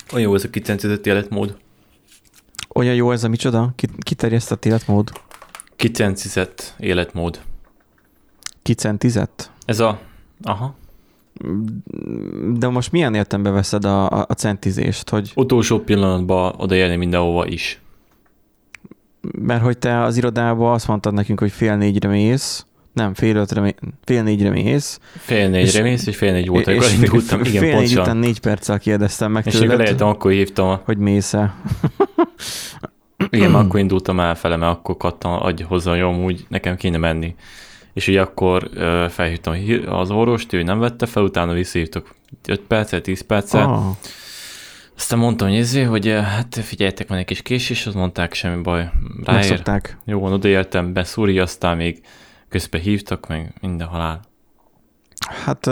Olyan jó ez a kicentizett életmód. Olyan jó ez a micsoda? Kiterjesztett életmód? Kicentizett életmód. Kicentizett? Ez a... Aha. De most milyen értelembe veszed a centizést, hogy... Utolsó pillanatban odaérni mindenhova is. Mert hogy te az irodában azt mondtad nekünk, hogy 3:30 mész, nem, 3:30 mész. 3:30 mész, és 4:30 volt, amikor indultam. Igen, 4:30 pontosan. után 4 perccel kérdeztem meg és tőled. amikor lejöttem, akkor hívtam. Hogy mész-e. Igen, akkor indultam elfele, mert akkor kattam hozzá, hogy amúgy nekem kéne menni. És ugye akkor felhívtam az orvost, ő nem vette fel, utána visszahívtok 5 percet, 10 percet. Aztán mondtam, hogy hát figyeljetek, van egy kis késés, azt mondták, semmi baj, ráér. Megszokták. Jó van, odaértem, beszúri, aztán még közben hívtak, meg minden halál. Hát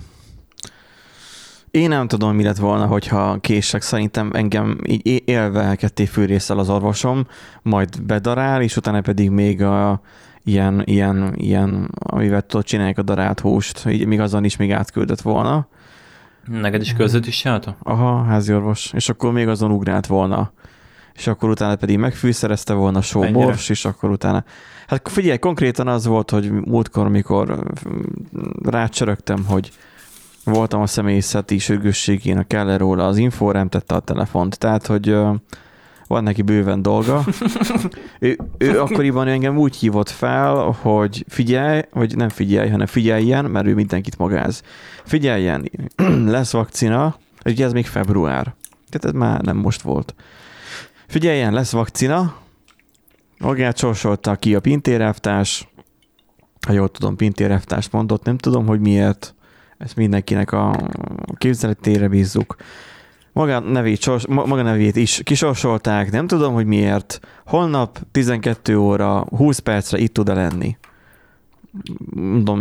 én nem tudom, mi lett volna, hogyha kések. Szerintem engem így élve elkezdték fűrésszel az orvosom, majd bedarál, és utána pedig még ilyen, amivel tudod, csinálják a darált húst, így még azon is még átküldött volna. Neked is között is csinálta? Aha, háziorvos. És akkor még azon ugrált volna. És akkor utána pedig megfűszerezte volna sóbors, és akkor utána... Hát figyelj, konkrétan az volt, hogy múltkor, amikor rácsörögtem, hogy voltam a személyzeti sürgősségén, a kell róla az info, nem tette a telefont. Tehát, hogy van neki bőven dolga. ő akkoriban engem úgy hívott fel, hogy figyelj, vagy nem figyelj, hanem figyeljen, mert ő mindenkit magáz. Figyeljen, lesz vakcina, ugye ez még február. Tehát ez már nem most volt. Figyeljen, lesz vakcina, magát sorsolta ki a pintérelvtárs, ha jól tudom, pintérelvtárs mondott, nem tudom, hogy miért, ezt mindenkinek a képzeletére bízzuk. Maga nevét is kisorsolták, nem tudom, hogy miért. Holnap 12 óra 20 percre itt tud lenni. Mondom,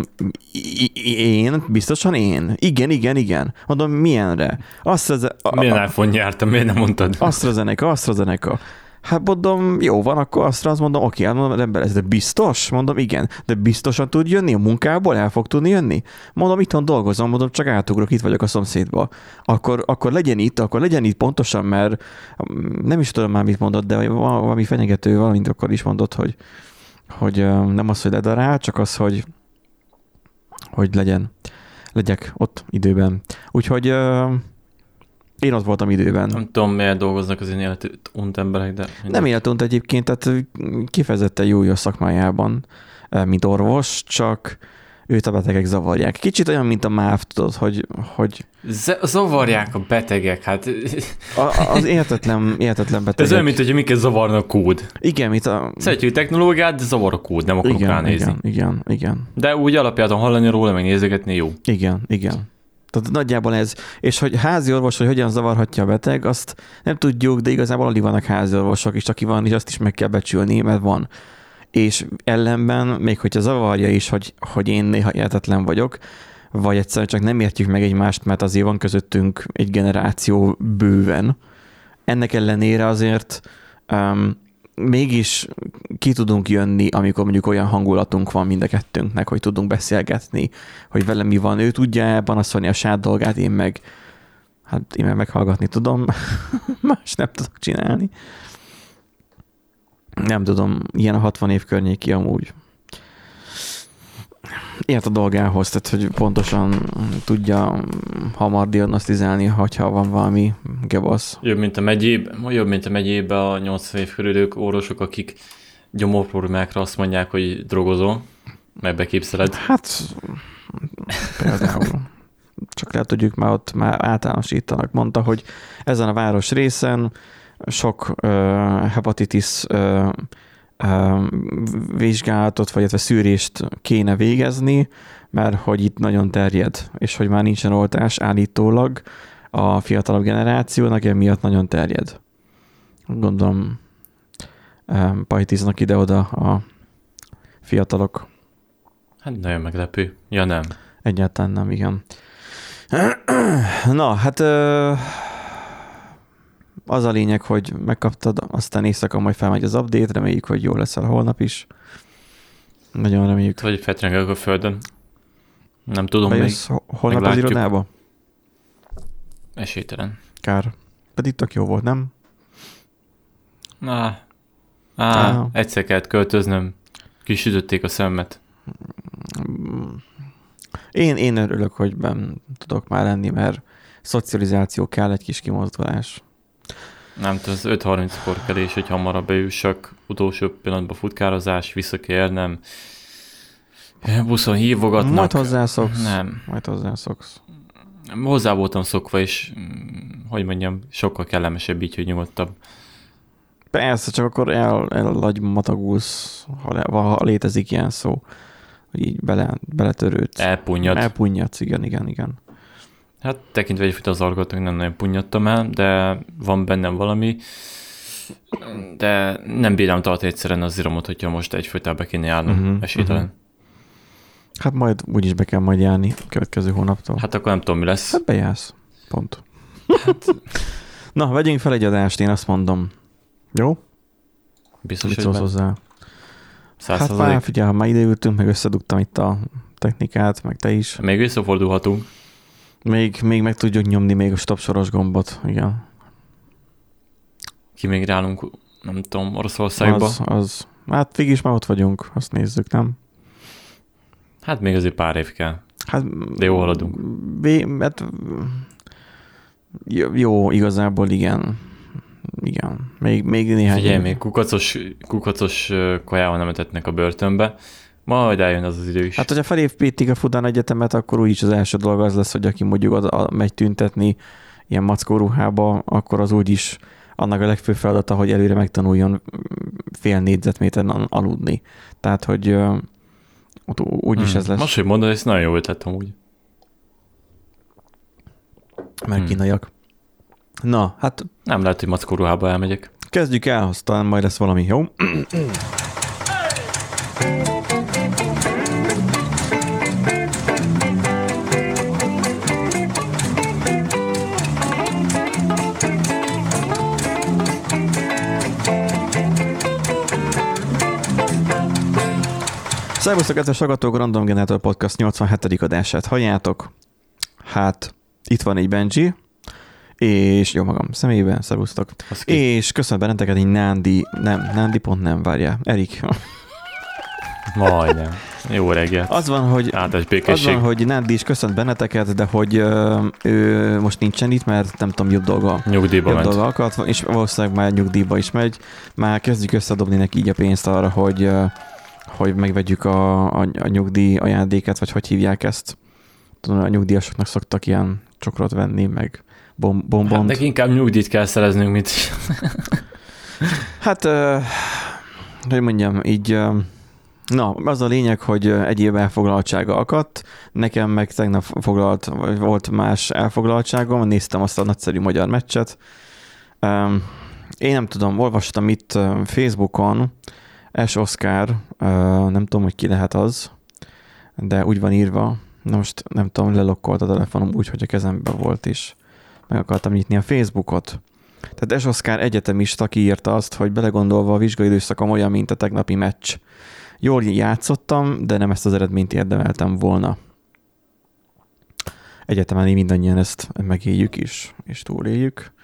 én? Biztosan én? Igen. Mondom, milyenre? Milyen iPhone jártam, miért nem mondtad? AstraZeneca. Hát mondom, jó van, akkor azt mondom, oké, mondom, ember, ez de biztos? Mondom, igen. De biztosan tud jönni a munkából? El fog tudni jönni? Mondom, itthon dolgozom, mondom, csak átugrok, itt vagyok a szomszédba. Akkor legyen itt pontosan, mert nem is tudom már, mit mondott, de valami fenyegető, valamint akkor is mondott, hogy nem az, hogy ledarál, csak az, hogy legyek ott időben. Úgyhogy én ott voltam időben. Nem tudom, miért dolgoznak az én életunt emberek, de... Nem életunt egyébként, tehát kifejezetten jó a szakmájában, mint orvos, csak őt a betegek zavarják. Kicsit olyan, mint a MÁV, tudod, hogy... Zavarják a betegek, hát... Az értetlen betegek. Ez olyan, mint hogy minket zavarna a kód. Igen, mint a... Szeretjük a technológiát, de zavar a kód, nem akarok ránézni. Igen. De úgy alapjáton hallani róla, meg nézegetni jó. Igen. Tehát nagyjából ez. És hogy házi orvos, hogy hogyan zavarhatja a beteg, azt nem tudjuk, de igazából alig vannak házi orvosok, és aki van, és azt is meg kell becsülni, mert van. És ellenben, még hogyha zavarja is, hogy én néha értetlen vagyok, vagy egyszerűen csak nem értjük meg egymást, mert azért van közöttünk egy generáció bőven. Ennek ellenére azért mégis ki tudunk jönni, amikor mondjuk olyan hangulatunk van mind a kettőnknek, hogy tudunk beszélgetni, hogy velem mi van. Ő tudja elpanaszolni a saját dolgát, én meg meghallgatni tudom. Más nem tudok csinálni. Nem tudom, ilyen a 60 év környéki amúgy. Ért a dolgához, tehát hogy pontosan tudja hamar diagnosztizálni, hogyha van valami gebasz. Jobb, mint a megyében a 80 év körülők orvosok, akik gyomorproblémákra azt mondják, hogy drogozol, meg beképzeled. Hát például. Csak lehet tudjuk, már ott már általánosítanak. Mondta, hogy ezen a város részen sok hepatitis vizsgálatot, vagy szűrést kéne végezni, mert hogy itt nagyon terjed, és hogy már nincsen oltás állítólag a fiatalabb generációnak, emiatt nagyon terjed. Gondolom pajtiznak ide-oda a fiatalok. Hát nagyon meglepő. Ja, nem. Egyáltalán nem, igen. Na, hát az a lényeg, hogy megkaptad, aztán éjszaka majd felmegy az update, reméljük, hogy jó leszel holnap is. Nagyon reméljük. Vagy fetrengek a földön. Nem tudom Bejössz még. Holnap az irodába? Esélytelen. Kár. Pedig tök jó volt, nem? Egyszer kellett költöznöm. Kisütötték a szemmet. Én örülök, hogy benn tudok már lenni, mert szocializáció kell, egy kis kimozdulás. Nem tudom, az 5:30-kor kelés, hogy hamarabb bejussak, utolsó pillanatban futkározás, vissza kell érnem. Buszon hívogatnak. Majd hozzászoksz. Nem. Majd hozzászoksz. Hozzá voltam szokva, és hogy mondjam, sokkal kellemesebb így, hogy nyugodtabb. Persze, csak akkor elagymatagulsz, ha létezik ilyen szó, hogy így beletörődsz. Elpunnyadsz, igen. Hát tekintve egyfajta az alkotók nem nagyon punnyadtam el, de van bennem valami, de nem bírám tartani egyszerűen az iramot, hogyha most egyfajtában be kéne járnom esélytelen. Hát majd úgyis be kell majd járni a következő hónaptól. Hát akkor nem tudom, mi lesz. Hát bejársz. Pont. Hát... Na, vegyünk fel egy adást, én azt mondom. Jó? Biztos, hogy hozzá. 100%. Hát már figyelj, ha már ideültünk, meg összedugtam itt a technikát, meg te is. Még visszafordulhatunk. Még meg tudjuk nyomni még a stop soros gombot, igen. Kimigrálunk, nem tudom, Oroszországba. Az. Hát végig is már ott vagyunk, azt nézzük, nem? Hát még azért pár év kell. Hát, de jó haladunk. Hát, jó, igazából igen. Igen. Még néhány... Figyelj, még kukacos kajával nem etetnek a börtönbe. Majd eljön az idő is. Hát, hogyha felépítik a Fudan Egyetemet, akkor úgyis az első dolog az lesz, hogy aki mondjuk oda megy tüntetni ilyen mackó ruhába, akkor az úgyis annak a legfőbb feladata, hogy előre megtanuljon fél négyzetméteren aludni. Tehát, hogy úgyis ez lesz. Most, hogy mondod, ez nagyon jó ötlet amúgy. Mert kínaiak. Na, hát... Nem lehet, hogy mackó ruhába elmegyek. Kezdjük el, aztán majd lesz valami, jó? Szervusztok, kedves hallgatók, Random Generator Podcast 87. adását halljátok. Hát, itt van egy Benji, és jó magam személyében, szervusztok. És köszönöm benneteket, egy Nándi, Erik. Majdnem. Jó reggelt. Az van, hogy Nándi is köszönt benneteket, de hogy ő most nincsen itt, mert nem tudom, jobb dolga. Nyugdíjba ment. Dolga, és valószínűleg már nyugdíjba is megy. Már kezdjük összedobni neki így a pénzt arra, hogy megvegyük a nyugdíj ajándéket, vagy hogy hívják ezt. Tudom, a nyugdíjasoknak szoktak ilyen csokrot venni, meg bombont. Hát neki inkább nyugdíjt kell szereznünk, mint... Hát, hogy mondjam, így... Na, az a lényeg, hogy egyéb elfoglaltsága akadt, nekem meg tegnap volt más elfoglaltságom, néztem azt a nagyszerű magyar meccset. Én nem tudom, olvastam itt Facebookon, Oscar, nem tudom, hogy ki lehet az, de úgy van írva. Na most nem tudom, lelokkolt a telefonom úgy, hogy a kezemben volt is. Meg akartam nyitni a Facebookot. Tehát Oscar egyetemista kiírta azt, hogy belegondolva a vizsgai időszakom olyan, mint a tegnapi meccs. Jól játszottam, de nem ezt az eredményt érdemeltem volna. Egyetemen mindannyian ezt megéljük is, és túléljük.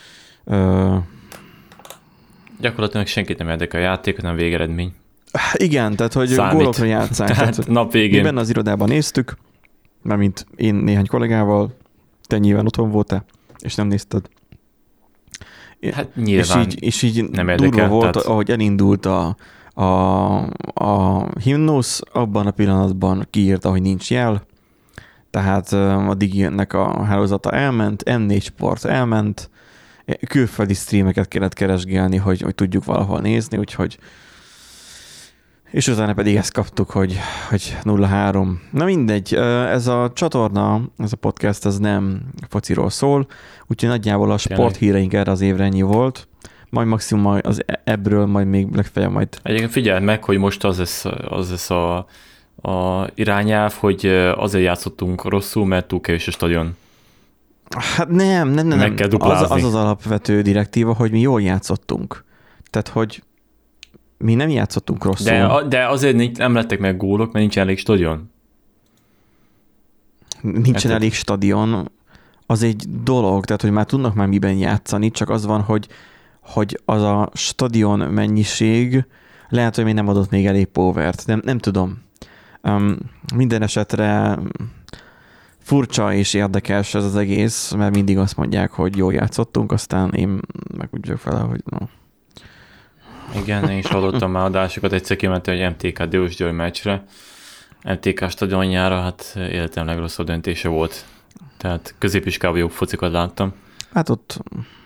Gyakorlatilag senkit nem érdekel a játék, hanem végeredmény. Igen, tehát hogy gólokra játszák. Tehát nap végén. Mi benne az irodában néztük, mert mint én néhány kollégával, te nyilván otthon voltál, és nem nézted. Hát nyilván és így nem durva érdekel, volt, tehát... ahogy elindult a himnusz, abban a pillanatban kiírta, hogy nincs jel, tehát a Digi-nek a hálózata elment, M4 Sport elment, külföldi streameket kellett keresgélni, hogy tudjuk valahol nézni, úgyhogy és utána pedig ezt kaptuk, hogy 0-3. Na mindegy, ez a csatorna, ez a podcast, ez nem fociról szól, úgyhogy nagyjából a sporthíreink erre az évre ennyi volt, majd maximum az ebbről, majd még legfeljebb majd. Egyébként figyeld meg, hogy most az lesz a irányelv, hogy azért játszottunk rosszul, mert túl kevés a stadion. Hát nem. Meg kell duplázni. Az alapvető direktíva, hogy mi jól játszottunk. Tehát, hogy mi nem játszottunk rosszul. De azért nem lettek meg gólok, mert nincsen elég stadion. Nincsen elég stadion az egy dolog, tehát hogy már tudnak már miben játszani, csak az van, hogy az a stadion mennyiség lehet, hogy még nem adott még elég powert. Nem tudom. Minden esetre furcsa és érdekes ez az egész, mert mindig azt mondják, hogy jól játszottunk, aztán én meg úgy vagyok vele, hogy no. Igen, én is hallottam már adásokat, egyszer kimentem egy MTK Diósgyőr meccsre. MTK stadionjára, hát életem legrosszabb döntése volt. Tehát középiskában jobb focikat láttam. Hát ott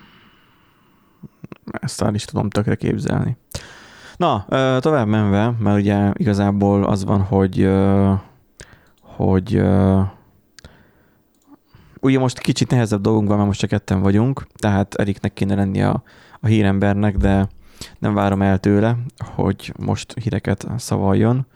ezt el is tudom tökre képzelni. Na, tovább menve, mert ugye igazából az van, hogy ugye most kicsit nehezebb dolgunk van, mert most csak ketten vagyunk, tehát Eriknek kéne lenni a hírembernek, de nem várom el tőle, hogy most híreket szavaljon,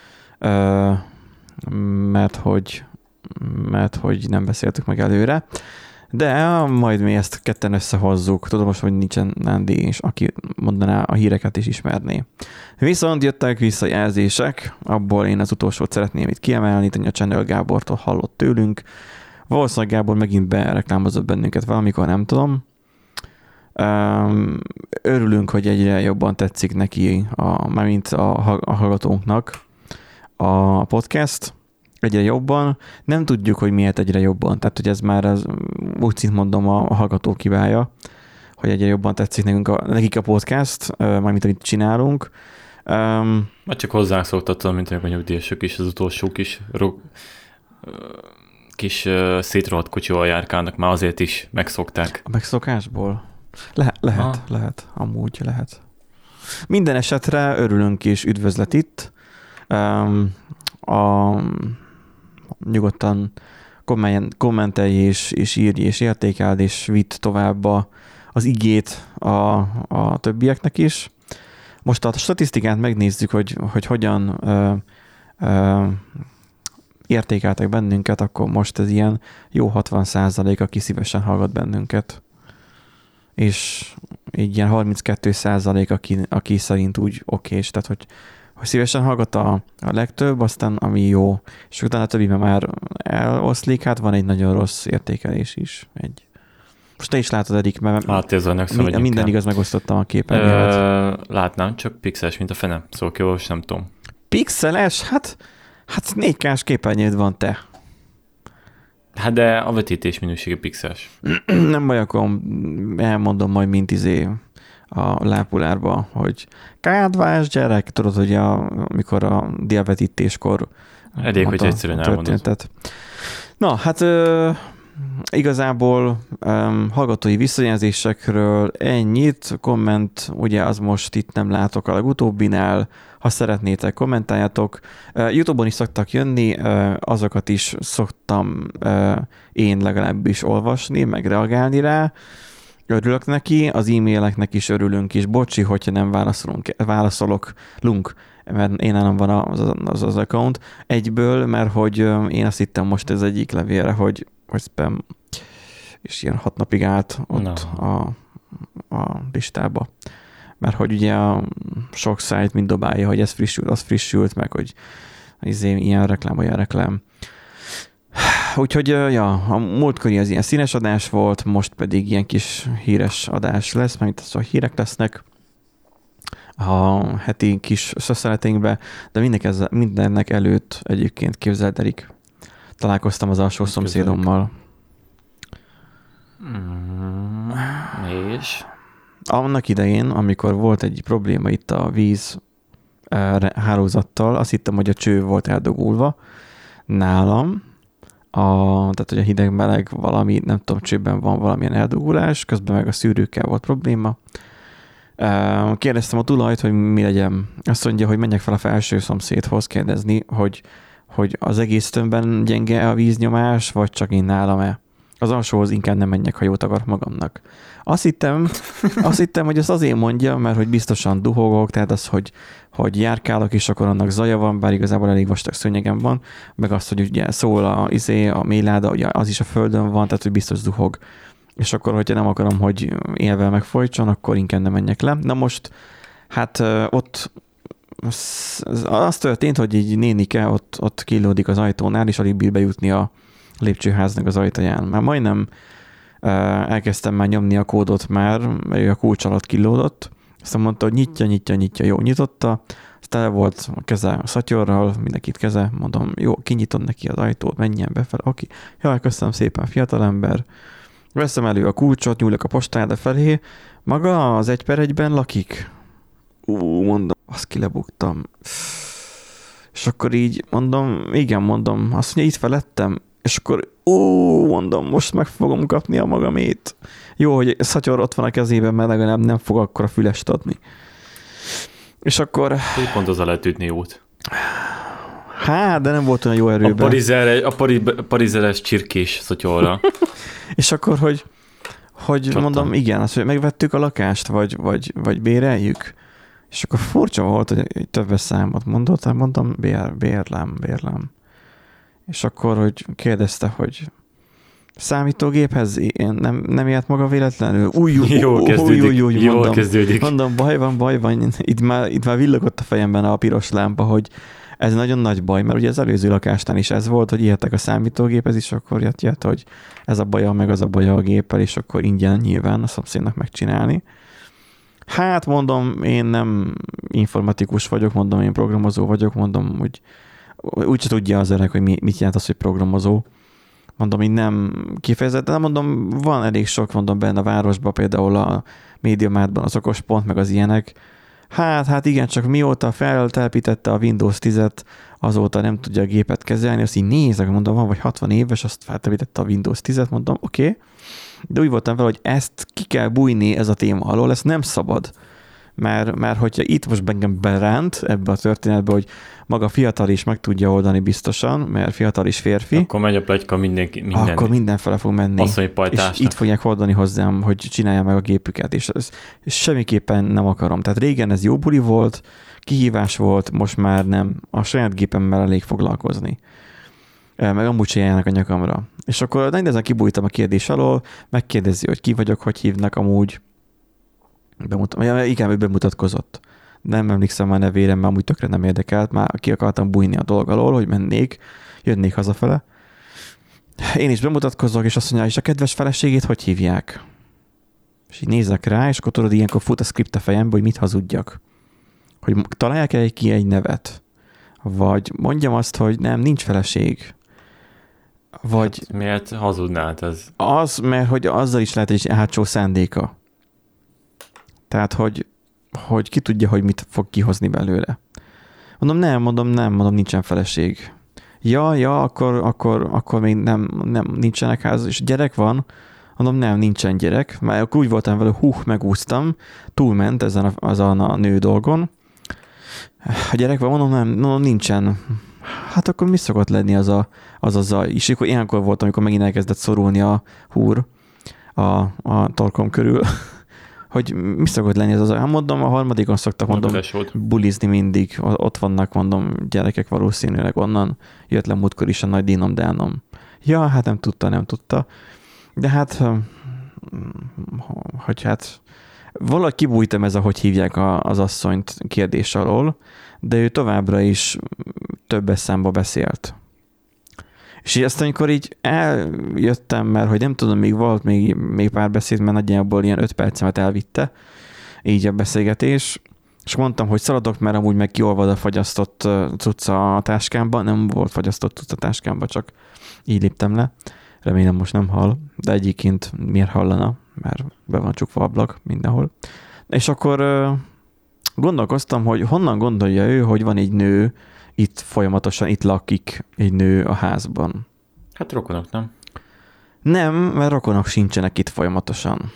mert hogy nem beszéltük meg előre. De majd mi ezt ketten összehozzuk. Tudom most, hogy nincsen Nándi, és aki mondaná a híreket is ismerné. Viszont jöttek visszajelzések, abból én az utolsót szeretném itt kiemelni, hogy a Channel Gábortól hallott tőlünk. Valószínűleg Gábor megint bereklámozott bennünket valamikor, nem tudom. Örülünk, hogy egyre jobban tetszik neki, mármint a hallgatónknak a podcast. Egyre jobban. Nem tudjuk, hogy miért egyre jobban. Tehát, hogy ez már úgy szint mondom a hallgató kiválja, hogy egyre jobban tetszik nekik a podcast, mármint amit csinálunk. Hát csak hozzánk szoktattam, mint a nyugdíjasok is, az utolsó kis szétrohadt kocsival járkálnak, már azért is megszokták. A megszokásból? Lehet. Amúgy lehet. Minden esetre örülünk és üdvözlet itt. Nyugodtan kommentelj és írj és értékeld és vidd tovább az igét a többieknek is. Most a statisztikát megnézzük, hogy hogyan értékeltek bennünket, akkor most ez ilyen jó 60%, aki szívesen hallgat bennünket. És így ilyen 32%, aki szerint úgy okés, tehát hogy szívesen hallgat a legtöbb, aztán ami jó, és utána a többiben már eloszlik, hát van egy nagyon rossz értékelés is. Most te is látod, Erik, mert minden igaz, megosztottam a képernyőt. Látnám, csak pixeles, mint a fene, szóval kiolvas, nem tudom. Pixeles? Hát 4K-s képernyőd van te. Hát de a vetítés minősége pixeles. Nem baj, akkor elmondom majd mint a lápulárba, hogy kádvás gyerek, tudod, hogy amikor a diavetítéskor elég, hogy egyszerűen elmondod. Na, hát igazából hallgatói visszajelzésekről ennyit, komment, ugye az most itt nem látok a legutóbbinál, ha szeretnétek, kommentáljatok. YouTube-on is szoktak jönni, azokat is szoktam én legalábbis olvasni, meg reagálni rá. Örülök neki, az e-maileknek is örülünk is. Bocsi, hogyha nem válaszolok, mert én nem van az account egyből, mert hogy én azt hittem most ez egyik levélre, hogy spam, és ilyen 6 napig állt ott a listába. Mert hogy ugye a sok szájt mind dobálja, hogy ez frissült, az frissült, meg hogy ilyen reklám, olyan reklám. Úgyhogy a múltkori az ilyen színes adás volt, most pedig ilyen kis híres adás lesz, mert itt a hírek lesznek a heti kis szösszeleteinkbe, de mindennek előtt egyébként képzeld, Erik, találkoztam az alsó szomszédommal. És? Annak idején, amikor volt egy probléma itt a víz hálózattal, azt hittem, hogy a cső volt eldugulva nálam, tehát, hogy a hideg-meleg valami, nem tudom, csőben van valamilyen eldugulás, közben meg a szűrőkkel volt probléma. Kérdeztem a tulajt, hogy mi legyen. Azt mondja, hogy menjek fel a felső szomszédhoz kérdezni, hogy az egész tömbben gyenge a víznyomás, vagy csak én nálam-e. Az alsóhoz inkább nem menjek, ha jót akarok magamnak. Azt hittem, hogy ezt azért mondja, mert hogy biztosan duhogok, tehát az, hogy járkálok, és akkor annak zaja van, bár igazából elég vastag szőnyegem van, meg azt, hogy ugye szól a mélyláda, ugye az is a földön van, tehát hogy biztos duhog. És akkor, hogyha nem akarom, hogy élvel megfojtson, akkor inkább nem menjek le. Na most, hát ott az történt, hogy egy nénike ott killódik az ajtónál, és alig bír bejutni a lépcsőháznak az ajtaján. Már majdnem elkezdtem már nyomni a kódot már, mert a kulcs alatt kilódott. Aztán mondta, hogy nyitja, jó, nyitotta. Aztán volt a keze a szatyorral, mindenkit keze, mondom, jó, kinyitom neki az ajtót, menjen befele, aki. Jaj, köszönöm szépen, fiatalember. Veszem elő a kulcsot, nyúlok a postáda felé, maga az 1/1-ben lakik. Mondom, azt kilebuktam. És akkor így mondom, igen, mondom, azt mondja, itt felettem, és akkor mondom, most meg fogom kapni a magamét. Jó, hogy szatyor ott van a kezében, mert legalább nem fog akkor a fülest adni. És akkor... Pont az a lehet ütni jót. Hát, de nem volt olyan jó erőben. A parizeres csirkés szatyorra. És akkor, hogy Csattam. mondom, igen, azt, hogy megvettük a lakást, vagy béreljük. És akkor furcsa volt, hogy többes számot mondott, hát mondom, bérlem. És akkor, hogy kérdezte, hogy számítógéphez nem ilyet maga véletlenül? Jól kezdődik. Mondom, baj van. Itt már villogott a fejemben a piros lámpa, hogy ez nagyon nagy baj, mert ugye az előző lakásnál is ez volt, hogy ijedtek a számítógéphez, és akkor jött, hogy ez a baja, meg az a baja a géppel, és akkor ingyen nyilván a szomszédnak megcsinálni. Hát mondom, én nem informatikus vagyok, mondom, én programozó vagyok, mondom, hogy úgyse tudja az öreg, hogy mit jelent az, hogy programozó. Mondom, így nem kifejezetten, de mondom, van elég sok, mondom, benne a városban, például a MediaMarktban az Okospont, meg az ilyenek. Hát igen, csak mióta feltelepítette a Windows 10-et, azóta nem tudja a gépet kezelni, azt így nézek, mondom, van vagy 60 éves, azt feltelepítette a Windows 10-et, mondom, oké. De úgy voltam vele, hogy ezt ki kell bújni ez a téma alól, ezt nem szabad. Mert hogyha itt most engem beránt ebbe a történetbe, hogy maga fiatal is meg tudja oldani biztosan, mert fiatal is férfi. Akkor megy a pletyka minden. Akkor mindenfele fog menni. És itt fogják hordani hozzám, hogy csinálja meg a gépüket, és semmiképpen nem akarom. Tehát régen ez jó buli volt, kihívás volt, most már nem. A saját gépemmel elég foglalkozni. Meg amúgy se járnak a nyakamra. És akkor ezen kibújtam a kérdés alól, megkérdezi, hogy ki vagyok, hogy hívnak amúgy. Igen, ő bemutatkozott. Nem emlékszem már nevére, mert amúgy tökre nem érdekelt, már ki akartam bújni a dolg alól, hogy jönnék hazafele. Én is bemutatkozok, és azt mondja, és a kedves feleségét hogy hívják? És így nézek rá, és akkor tudod, ilyenkor fut a script a fejembe, hogy mit hazudjak. Hogy találják ki egy nevet. Vagy mondjam azt, hogy nem, nincs feleség. Vagy... Hát, miért hazudnád ez? Az, mert hogy azzal is lehet egy hátsó szándéka. Tehát, hogy ki tudja, hogy mit fog kihozni belőle. Mondom, nincsen feleség. Ja, akkor még nem nincsenek ház, és gyerek van. Mondom, nem, nincsen gyerek. Mert akkor úgy voltam vele, megúsztam, túlment azon a nő dolgon. A gyerek van, mondom, nincsen. Hát akkor mi szokott lenni az a zaj? És akkor ilyenkor voltam, amikor megint elkezdett szorulni a húr a torkom körül. Hogy mi szokott lenni ez az olyan. Mondom, a harmadikon szoktak, mondom, bulizni mindig. Ott vannak, mondom, gyerekek valószínűleg onnan. Jött le múltkor is a nagy dinom-dánom. Ja, hát nem tudta. De hát, hogy hát valahogy kibújtam ez, ahogy hívják az asszonyt kérdés alól, de ő továbbra is többes számba beszélt. És ezt amikor így eljöttem, mert hogy nem tudom, még volt még pár beszéd, mert nagyjából ilyen 5 percemet elvitte, így a beszélgetés, és mondtam, hogy szaladok, mert amúgy meg kiolvad a fagyasztott cucca a táskámba, nem volt fagyasztott cucca a táskámba, csak így léptem le. Remélem most nem hall, de egyébként miért hallana, mert be van csukva ablak mindenhol. És akkor gondolkoztam, hogy honnan gondolja ő, hogy van egy nő, itt lakik egy nő a házban. Hát rokonok, nem? Nem, mert rokonok sincsenek itt folyamatosan.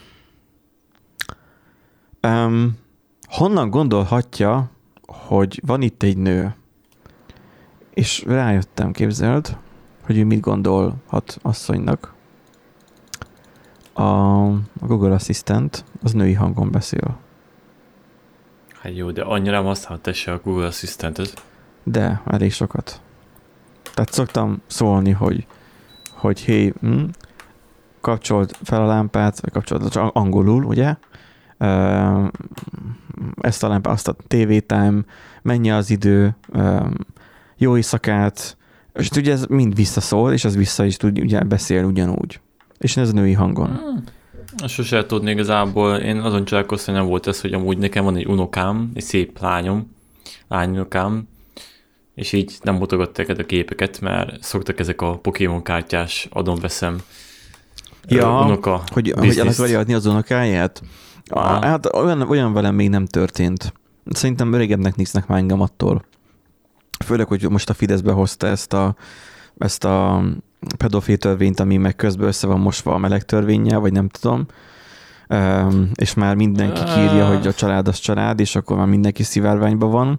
Honnan gondolhatja, hogy van itt egy nő? És rájöttem, képzeld, hogy ő mit gondolhat asszonynak. A Google Assistant az női hangon beszél. Hát jó, de annyira nem használta se a Google Assistant-et. De, elég sokat. Tehát szoktam szólni, hogy hé, kapcsold fel a lámpát, vagy kapcsold csak angolul, ugye? Ezt a lámpát, azt a TV time, mennyi az idő, jó éjszakát, És ugye ez mind visszaszól, és ez vissza is tud, ugye beszél ugyanúgy. És ez női hangon. Sose tudni igazából. Én azon csodálkoztam, hogy nem volt ez, hogy amúgy nekem van egy unokám, egy szép lányunokám, és így nem mutogatták a képeket, mert szoktak ezek a Pokémon kártyás adom-veszem unoka hogy el akarja adni az unokáját? Hát olyan velem még nem történt. Szerintem öregebbnek néznek már engem attól. Főleg, hogy most a Fidesz behozta ezt a pedofil törvényt, ami meg közben össze van mosva a meleg törvénnyel, vagy nem tudom. És már mindenki kírja, hogy a család az család, és akkor már mindenki szivárványban van.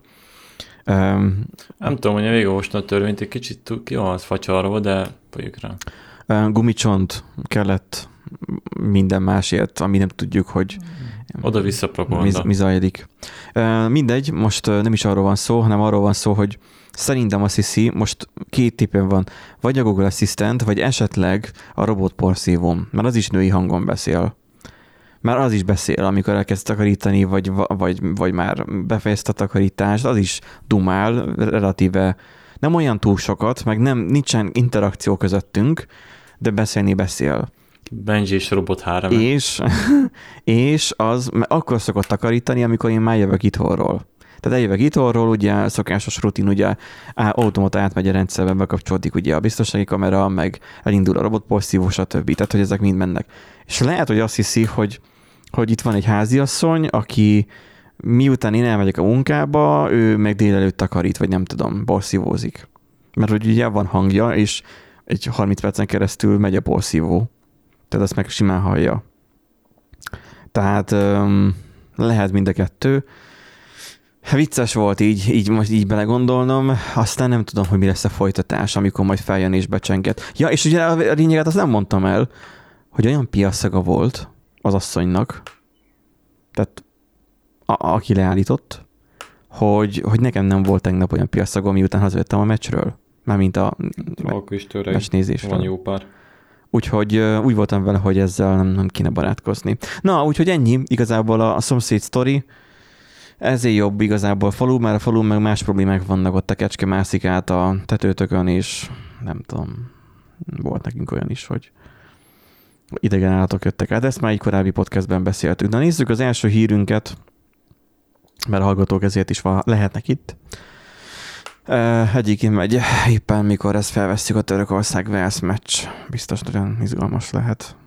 Nem tudom, hogy végigolvastam a törvényt, egy kicsit ki van az facsarva, de folyjuk rá. Gumicsont kellett minden másért, ami nem tudjuk, hogy oda-vissza propaganda. Mi zajlik. Mindegy, most nem is arról van szó, hanem arról van szó, hogy szerintem azt hiszi, most két tippen van, vagy a Google Assistant, vagy esetleg a robot porszívóm, mert az is női hangon beszél. Már az is beszél, amikor elkezd takarítani, vagy már befejezte a takarítást, az is dumál, relatíve nem olyan túl sokat, meg nincsen interakció közöttünk, de beszélni beszél. Benji és Robot 3. És az akkor szokott takarítani, amikor én már jövök itthonról. Tehát eljövök itthonról, ugye szokásos rutin, ugye automata átmegy a rendszerbe, bekapcsolódik ugye a biztonsági kamera, meg elindul a robotporszívó, stb. Tehát, hogy ezek mind mennek. És lehet, hogy azt hiszi, hogy itt van egy háziasszony, aki miután én elmegyek a munkába, ő meg délelőtt takarít, vagy nem tudom, porszívózik. Mert hogy ugye van hangja, és egy 30 percen keresztül megy a porszívó. Tehát ezt meg simán hallja. Tehát lehet mind a kettő. Vicces volt így most így belegondolnom, aztán nem tudom, hogy mi lesz a folytatás, amikor majd feljön és becsenget. Ja, és ugye a lényeget azt nem mondtam el, hogy olyan piaszaga volt az asszonynak, tehát aki leállított, hogy nekem nem volt tegnap olyan piaszagom, miután hazajöttem a meccsről. Mármint a meccsnézésről. Van jó pár. Úgyhogy úgy voltam vele, hogy ezzel nem kéne barátkozni. Na, úgyhogy ennyi igazából a szomszéd sztori. Ezért jobb igazából falu, mert a falun meg más problémák vannak, ott a kecske mászik át a tetőtökön, és nem tudom, volt nekünk olyan is, hogy idegen állatok jöttek át. Ezt már egy korábbi podcastben beszéltünk. Na nézzük az első hírünket, mert a hallgatók ezért is lehetnek itt. Egyébként megy éppen, mikor ezt felvesszük, a Törökország-Wales meccs. Biztos nagyon izgalmas lehet.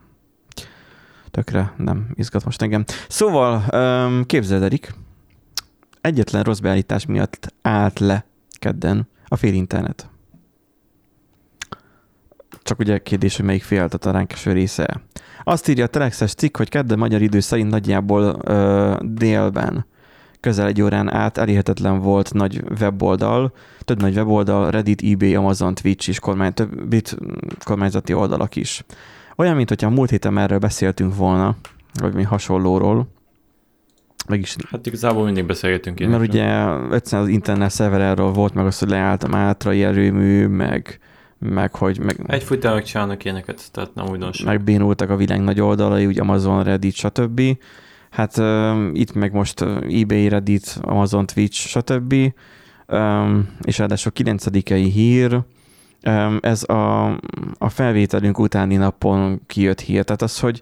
Tökre nem izgat most engem. Szóval, képzeld, Erik, egyetlen rossz beállítás miatt állt le kedden a fél internet. Csak ugye kérdés, hogy melyik fél a ránkeső része. Azt írja a Telexes cikk, hogy kedden magyar idő szerint nagyjából délben közel egy órán át elérhetetlen volt több nagy weboldal, Reddit, eBay, Amazon, Twitch és több kormányzati oldalak is. Olyan, mint hogyha a múlt héten erről beszéltünk volna, vagy mi hasonlóról. Hát igazából mindig beszélgetünk ilyenekről. Mert ugye egyszerűen az internet szerverről volt, meg az, hogy leállt a Mátrai erőmű, meg hogy... Egyfolytában csinálnak ilyeneket, tehát nem újdonság. Megbénultak a világ nagy oldalai, úgy Amazon, Reddit, stb. Hát itt meg most eBay, Reddit, Amazon, Twitch, stb. És ráadásul 9-i hír, ez a felvételünk utáni napon kijött hír. Tehát az, hogy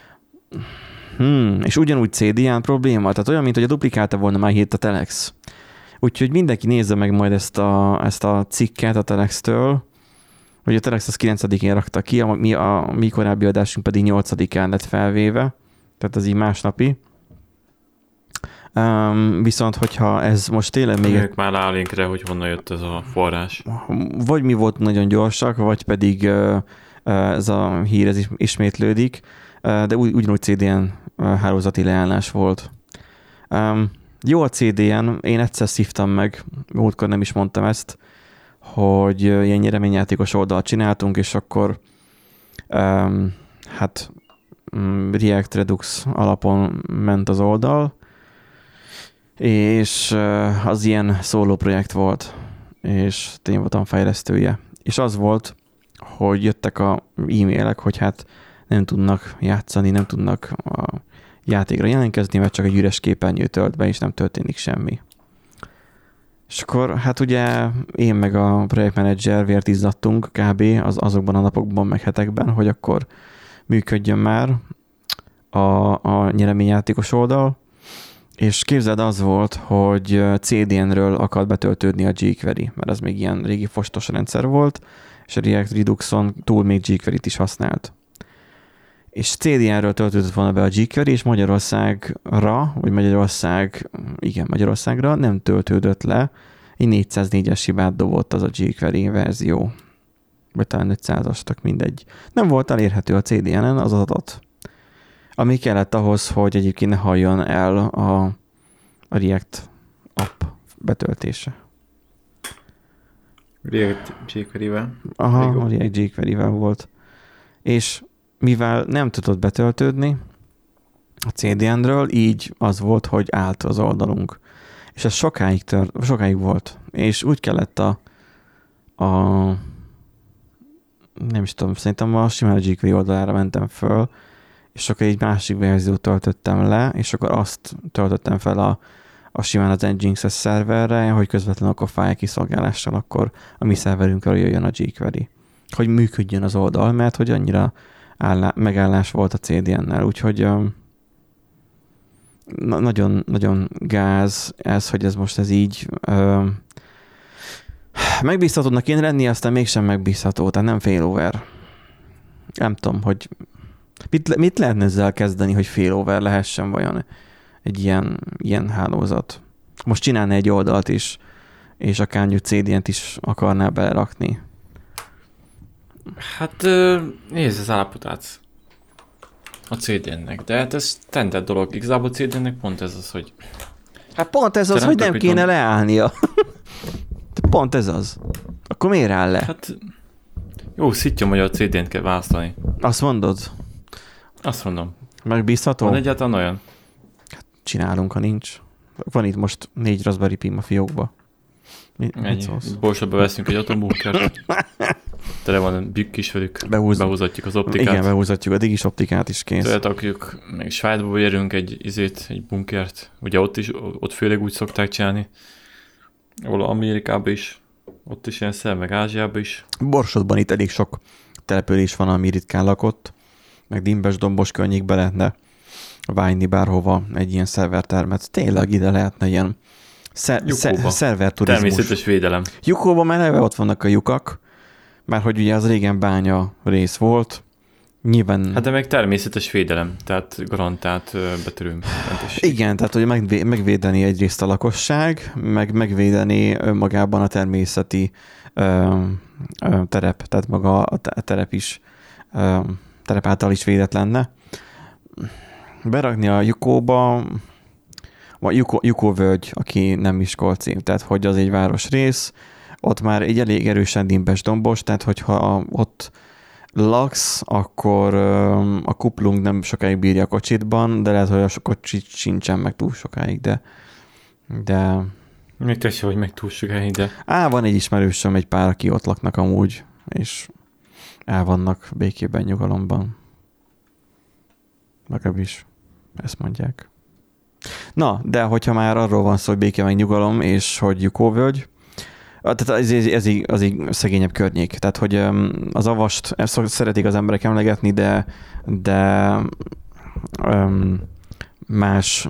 és ugyanúgy CDN probléma, tehát olyan, mint hogy a duplikálta volna már hírt a Telex. Úgyhogy mindenki nézze meg majd ezt a cikket a Telextől, hogy a Telex az 9-én rakta ki, a mi korábbi adásunk pedig 8-án lett felvéve, tehát az így másnapi. Viszont, hogyha ez most tényleg még... Ők már rá linkre, hogy honnan jött ez a forrás. Vagy mi volt nagyon gyorsak, vagy pedig ez a hír ez ismétlődik, de ugyanúgy CDN hálózati leállás volt. Jó a CDN, én egyszer szívtam meg, múltkor nem is mondtam ezt, hogy ilyen nyereményjátékos oldalt csináltunk, és akkor React Redux alapon ment az oldal, és az ilyen szóló projekt volt, és én voltam fejlesztője. És az volt, hogy jöttek a e-mailek, hogy hát nem tudnak játszani, nem tudnak a játékra jelentkezni, mert csak egy üres képernyő tölt be, és nem történik semmi. És akkor hát ugye én meg a projektmenedzser vért izzadtunk kb. Azokban a napokban, meg hetekben, hogy akkor működjön már a nyereményjátékos oldal, és képzeld, az volt, hogy CDN-ről akart betöltődni a jQuery, mert az még ilyen régi fostos rendszer volt, és a React Reduxon túl még jQuery-t is használt. És CDN-ről töltődött volna be a jQuery, és Magyarországra nem töltődött le, egy 404-es hibát dobott az a jQuery verzió. Vagy talán 500-as, tök mindegy. Nem volt elérhető a CDN-en az adat, ami kellett ahhoz, hogy egyébként ne halljon el a React app betöltése. React jQuery-vel. Aha, a React jQuery-vel volt. És mivel nem tudott betöltődni a CDN-ről, így az volt, hogy állt az oldalunk. És ez sokáig volt. És úgy kellett nem is tudom, szerintem a simán jQuery oldalára mentem föl, és akkor egy másik verziót töltöttem le, és akkor azt töltöttem fel a simán az Nginx szerverre, hogy közvetlenül akkor fájl kiszolgálással akkor a mi szerverünkről jöjjön a jQuery. Hogy működjön az oldal, mert hogy annyira megállás volt a CDN-nel, úgyhogy nagyon, nagyon gáz ez, hogy ez így megbízhatónak kéne lenni, aztán mégsem megbízható, tehát nem failover. Nem tudom, hogy mit lehetne ezzel kezdeni, hogy failover lehessen vajon egy ilyen hálózat. Most csinálna egy oldalt is, és akár mondjuk CDN-t is akarná belerakni. Hát nézd az állapotát a CDN-nek, de hát ez standard dolog. Igazából a CDN-nek pont ez az, hogy... Hát pont ez az, hogy nem kéne leállnia. Pont ez az. Akkor miért áll le? Hát jó, szittyom, hogy a CDN-t kell választani. Azt mondod? Azt mondom. Megbízható? Van egyáltalán olyan? Hát csinálunk, ha nincs. Van itt most 4 Raspberry Pi a fiókba. Ennyi. Borsodba veszünk egy atombunkert. Tele van bükk is velük. Behúzatjuk az optikát. Igen, behúzatjuk a digis optikát is kész. Töltakjuk, még Svájcba érünk egy bunkert. Ugye ott főleg úgy szokták csinálni. Ahol Amerikában is. Ott is ilyen meg Ázsiában is. Borsodban itt elég sok település van, ami ritkán lakott. Meg Dimbes-Dombos környékbe lehetne vájni bárhova egy ilyen szervertermet. Tényleg ide lehetne ilyen szerverturizmus. Természetes védelem. Yukóban már eleve ott vannak a lyukak, mert hogy ugye az régen bánya rész volt. Nyilván... Hát de meg természetes védelem, tehát garantált betörőmentesség. Igen, tehát hogy megvédeni egyrészt a lakosság, meg megvédeni magában a természeti terep, tehát maga a terep is terep által is védett lenne. Berakni a Yukóba, vagy Yukó völgy, aki nem Miskolci, tehát hogy az egy városrész, ott már egy elég erősen dimbes-dombos, tehát hogyha ott laksz, akkor a kuplung nem sokáig bírja a kocsitban, de lehet, hogy a kocsit sincsen meg túl sokáig, de... Még tessék, hogy meg túl sokáig, de... Van egy ismerősöm, egy pár, aki ott laknak amúgy, és el vannak békében, nyugalomban. Legalábbis ezt mondják. Na, de hogyha már arról van szó, hogy béke meg nyugalom, és hogy Yukó-völgy, tehát ez így szegényebb környék. Tehát, hogy az avast ezt szeretik az emberek emlegetni, de más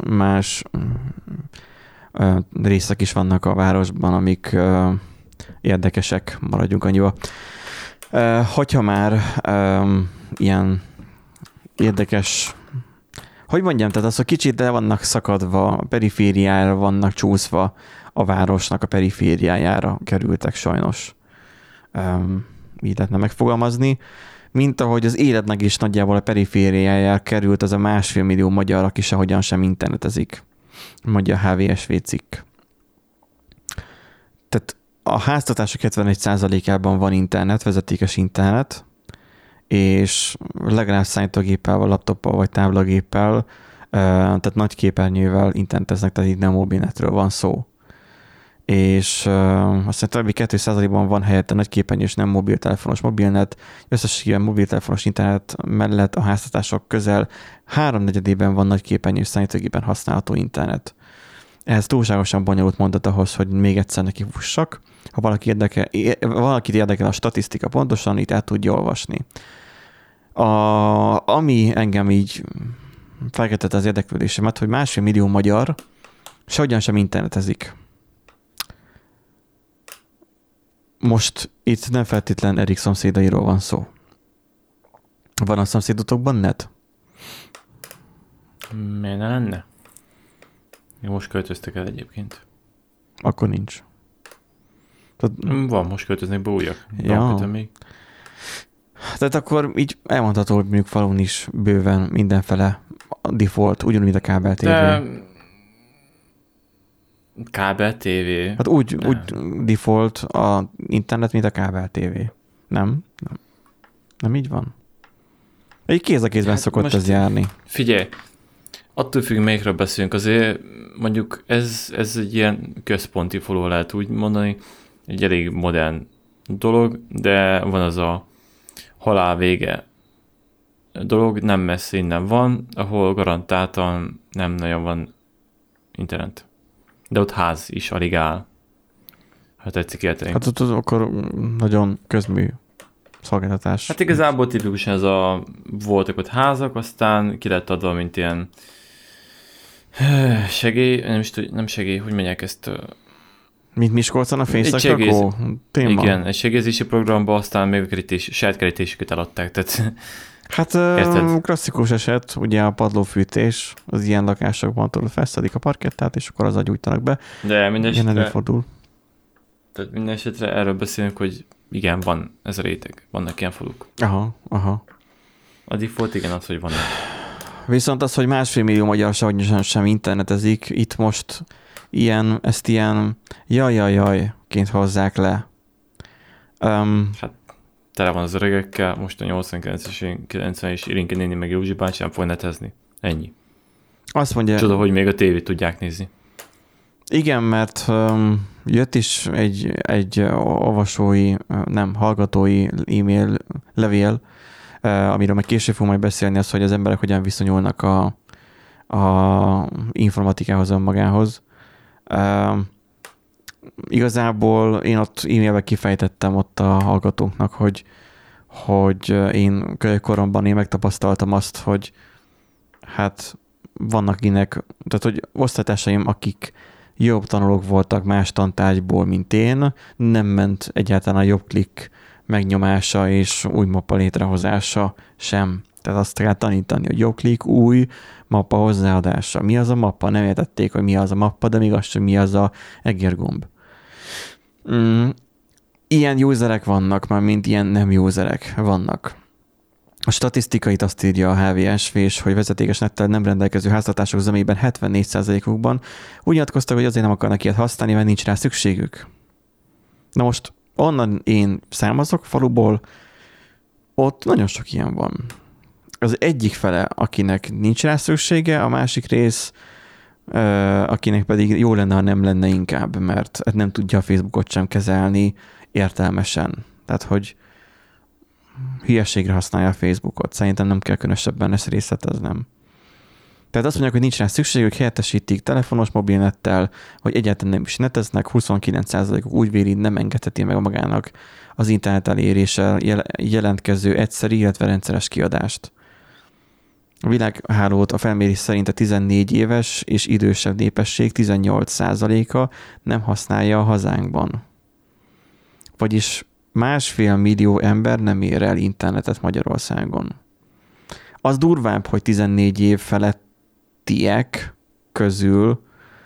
részek is vannak a városban, amik érdekesek, maradjunk annyiba. Hogyha már ilyen érdekes, hogy mondjam, tehát az, hogy kicsit le vannak szakadva, a perifériára vannak csúszva, a városnak a perifériájára kerültek sajnos. Így lehetne megfogalmazni. Mint ahogy az életnek is nagyjából a perifériájára került az a 1,5 millió magyar, aki sehogyan sem internetezik. Mondja a HVSV cikk. Tehát a háztartások 71%-ában van internet, vezetékes internet, és legalább számítógéppel, vagy laptoppal, vagy táblagéppel, tehát nagy képernyővel interneteznek, tehát itt nem mobilnetről van szó. És azt hiszem, hogy 2%-ban van helyette nagy képernyős, nem mobiltelefonos mobilnet. Összességében mobiltelefonos internet mellett a háztartások közel 3/4-ében van nagy képernyős számítógépen használható internet. ehhez túlságosan bonyolult mondat ahhoz, hogy még egyszer neki fussak. Ha valakit érdekel a statisztika pontosan, itt el tudja olvasni. Ami engem így felkeltette az érdeklődésemet, hogy 1,5 millió magyar sehogyan sem internetezik. Most itt nem feltétlen Erik szomszédairól van szó. Van a szomszédotokban net? Miért ne lenne? Most költöztek el egyébként. Akkor nincs. Van, most költöznek be újak. Ja. Még. Tehát akkor így elmondható, hogy mondjuk falun is bőven mindenfele a default, ugyanúgy, mint a kábel TV. Kábel TV? Hát úgy default a internet, mint a kábel TV. Nem? Nem így van? Egy kéz a kézben szokott ez járni. Figyelj, attól függ, melyikről beszélünk, azért mondjuk ez egy ilyen központi falu, lehet úgy mondani, egy elég modern dolog, de van az a halál vége dolog, nem messze innen van, ahol garantáltan nem nagyon van internet. De ott ház is alig áll. Ha tetszik érteni. Hát ott akkor nagyon közmű szolgáltatás. Hát igazából tipikusan voltak ott házak, aztán ki lett adva, mint ilyen segély, nem segély, hogy mondják ezt? Mint Miskolcon a fényszakrakó téma? Igen, egy segélyezési programba, aztán még a saját kerítésüket eladták. Tehát, hát klasszikus eset, ugye a padlófűtés, az ilyen lakásokban tudod, felszedik a parkettát, és akkor az gyújtanak be. De minden előfordul. Tehát minden esetre erről beszélünk, hogy igen, van ez a réteg, vannak ilyen faluk. Aha. A default igen az, hogy vannak. Viszont az, hogy 1,5 millió magyar sem internetezik, itt most ezt ilyen jaj-jaj-jajként hozzák le. Hát tele van az öregekkel, most a 89-es, 90-es Irinke néni meg Józsi bácsi nem fog netezni. Ennyi. Azt mondja... Csoda, hogy még a tévét tudják nézni. Igen, mert jött is egy hallgatói e-mail, levél, amiről meg később fogunk majd beszélni, az, hogy az emberek hogyan viszonyulnak a informatikához, önmagához. Igazából én ott e-mailben kifejtettem ott a hallgatóknak, hogy én koromban én megtapasztaltam azt, hogy hát vannak tehát hogy osztálytársaim, akik jobb tanulók voltak más tantárgyból, mint én, nem ment egyáltalán a jobb klik megnyomása és új mappa létrehozása sem. Tehát azt kell tanítani, hogy jobb klik, új mappa hozzáadása. Mi az a mappa? Nem értették, hogy mi az a mappa, de még azt sem, mi az a egérgomb. Ilyen userek vannak, már mint ilyen nem userek vannak. A statisztikait azt írja a HVSV, és hogy vezetékes nettel nem rendelkező háztartások zömében 74%-ukban úgy nyilatkoztak, hogy azért nem akarnak ilyet használni, mert nincs rá szükségük. Na most onnan én származok faluból, ott nagyon sok ilyen van. Az egyik fele, akinek nincs rá szüksége, a másik rész, akinek pedig jó lenne, ha nem lenne inkább, mert nem tudja a Facebookot sem kezelni értelmesen. Tehát, hogy hülyeségre használja a Facebookot. Szerintem nem kell különösebben ezt részleteznem. Tehát azt mondják, hogy nincs rá szükségük, helyettesítik telefonos mobilnettel, hogy egyáltalán nem is neteznek, 29%-uk úgy véli, nem engedheti meg magának az internet eléréssel jelentkező egyszeri, illetve rendszeres kiadást. A világhálót a felmérés szerint a 14 éves és idősebb népesség 18%-a nem használja a hazánkban. Vagyis 1,5 millió ember nem ér el internetet Magyarországon. Az durvább, hogy 14 év felettiek közül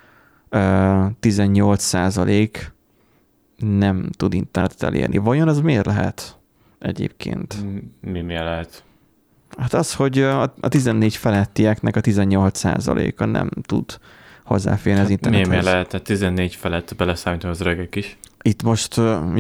18% nem tud internetet elérni. Vajon az miért lehet egyébként? Miért lehet? Hát az, hogy a 14 felettieknek a 18%-a nem tud hozzáférni az internethez. Miért lehet? A 14 felett beleszámítom az öregek is. Itt most,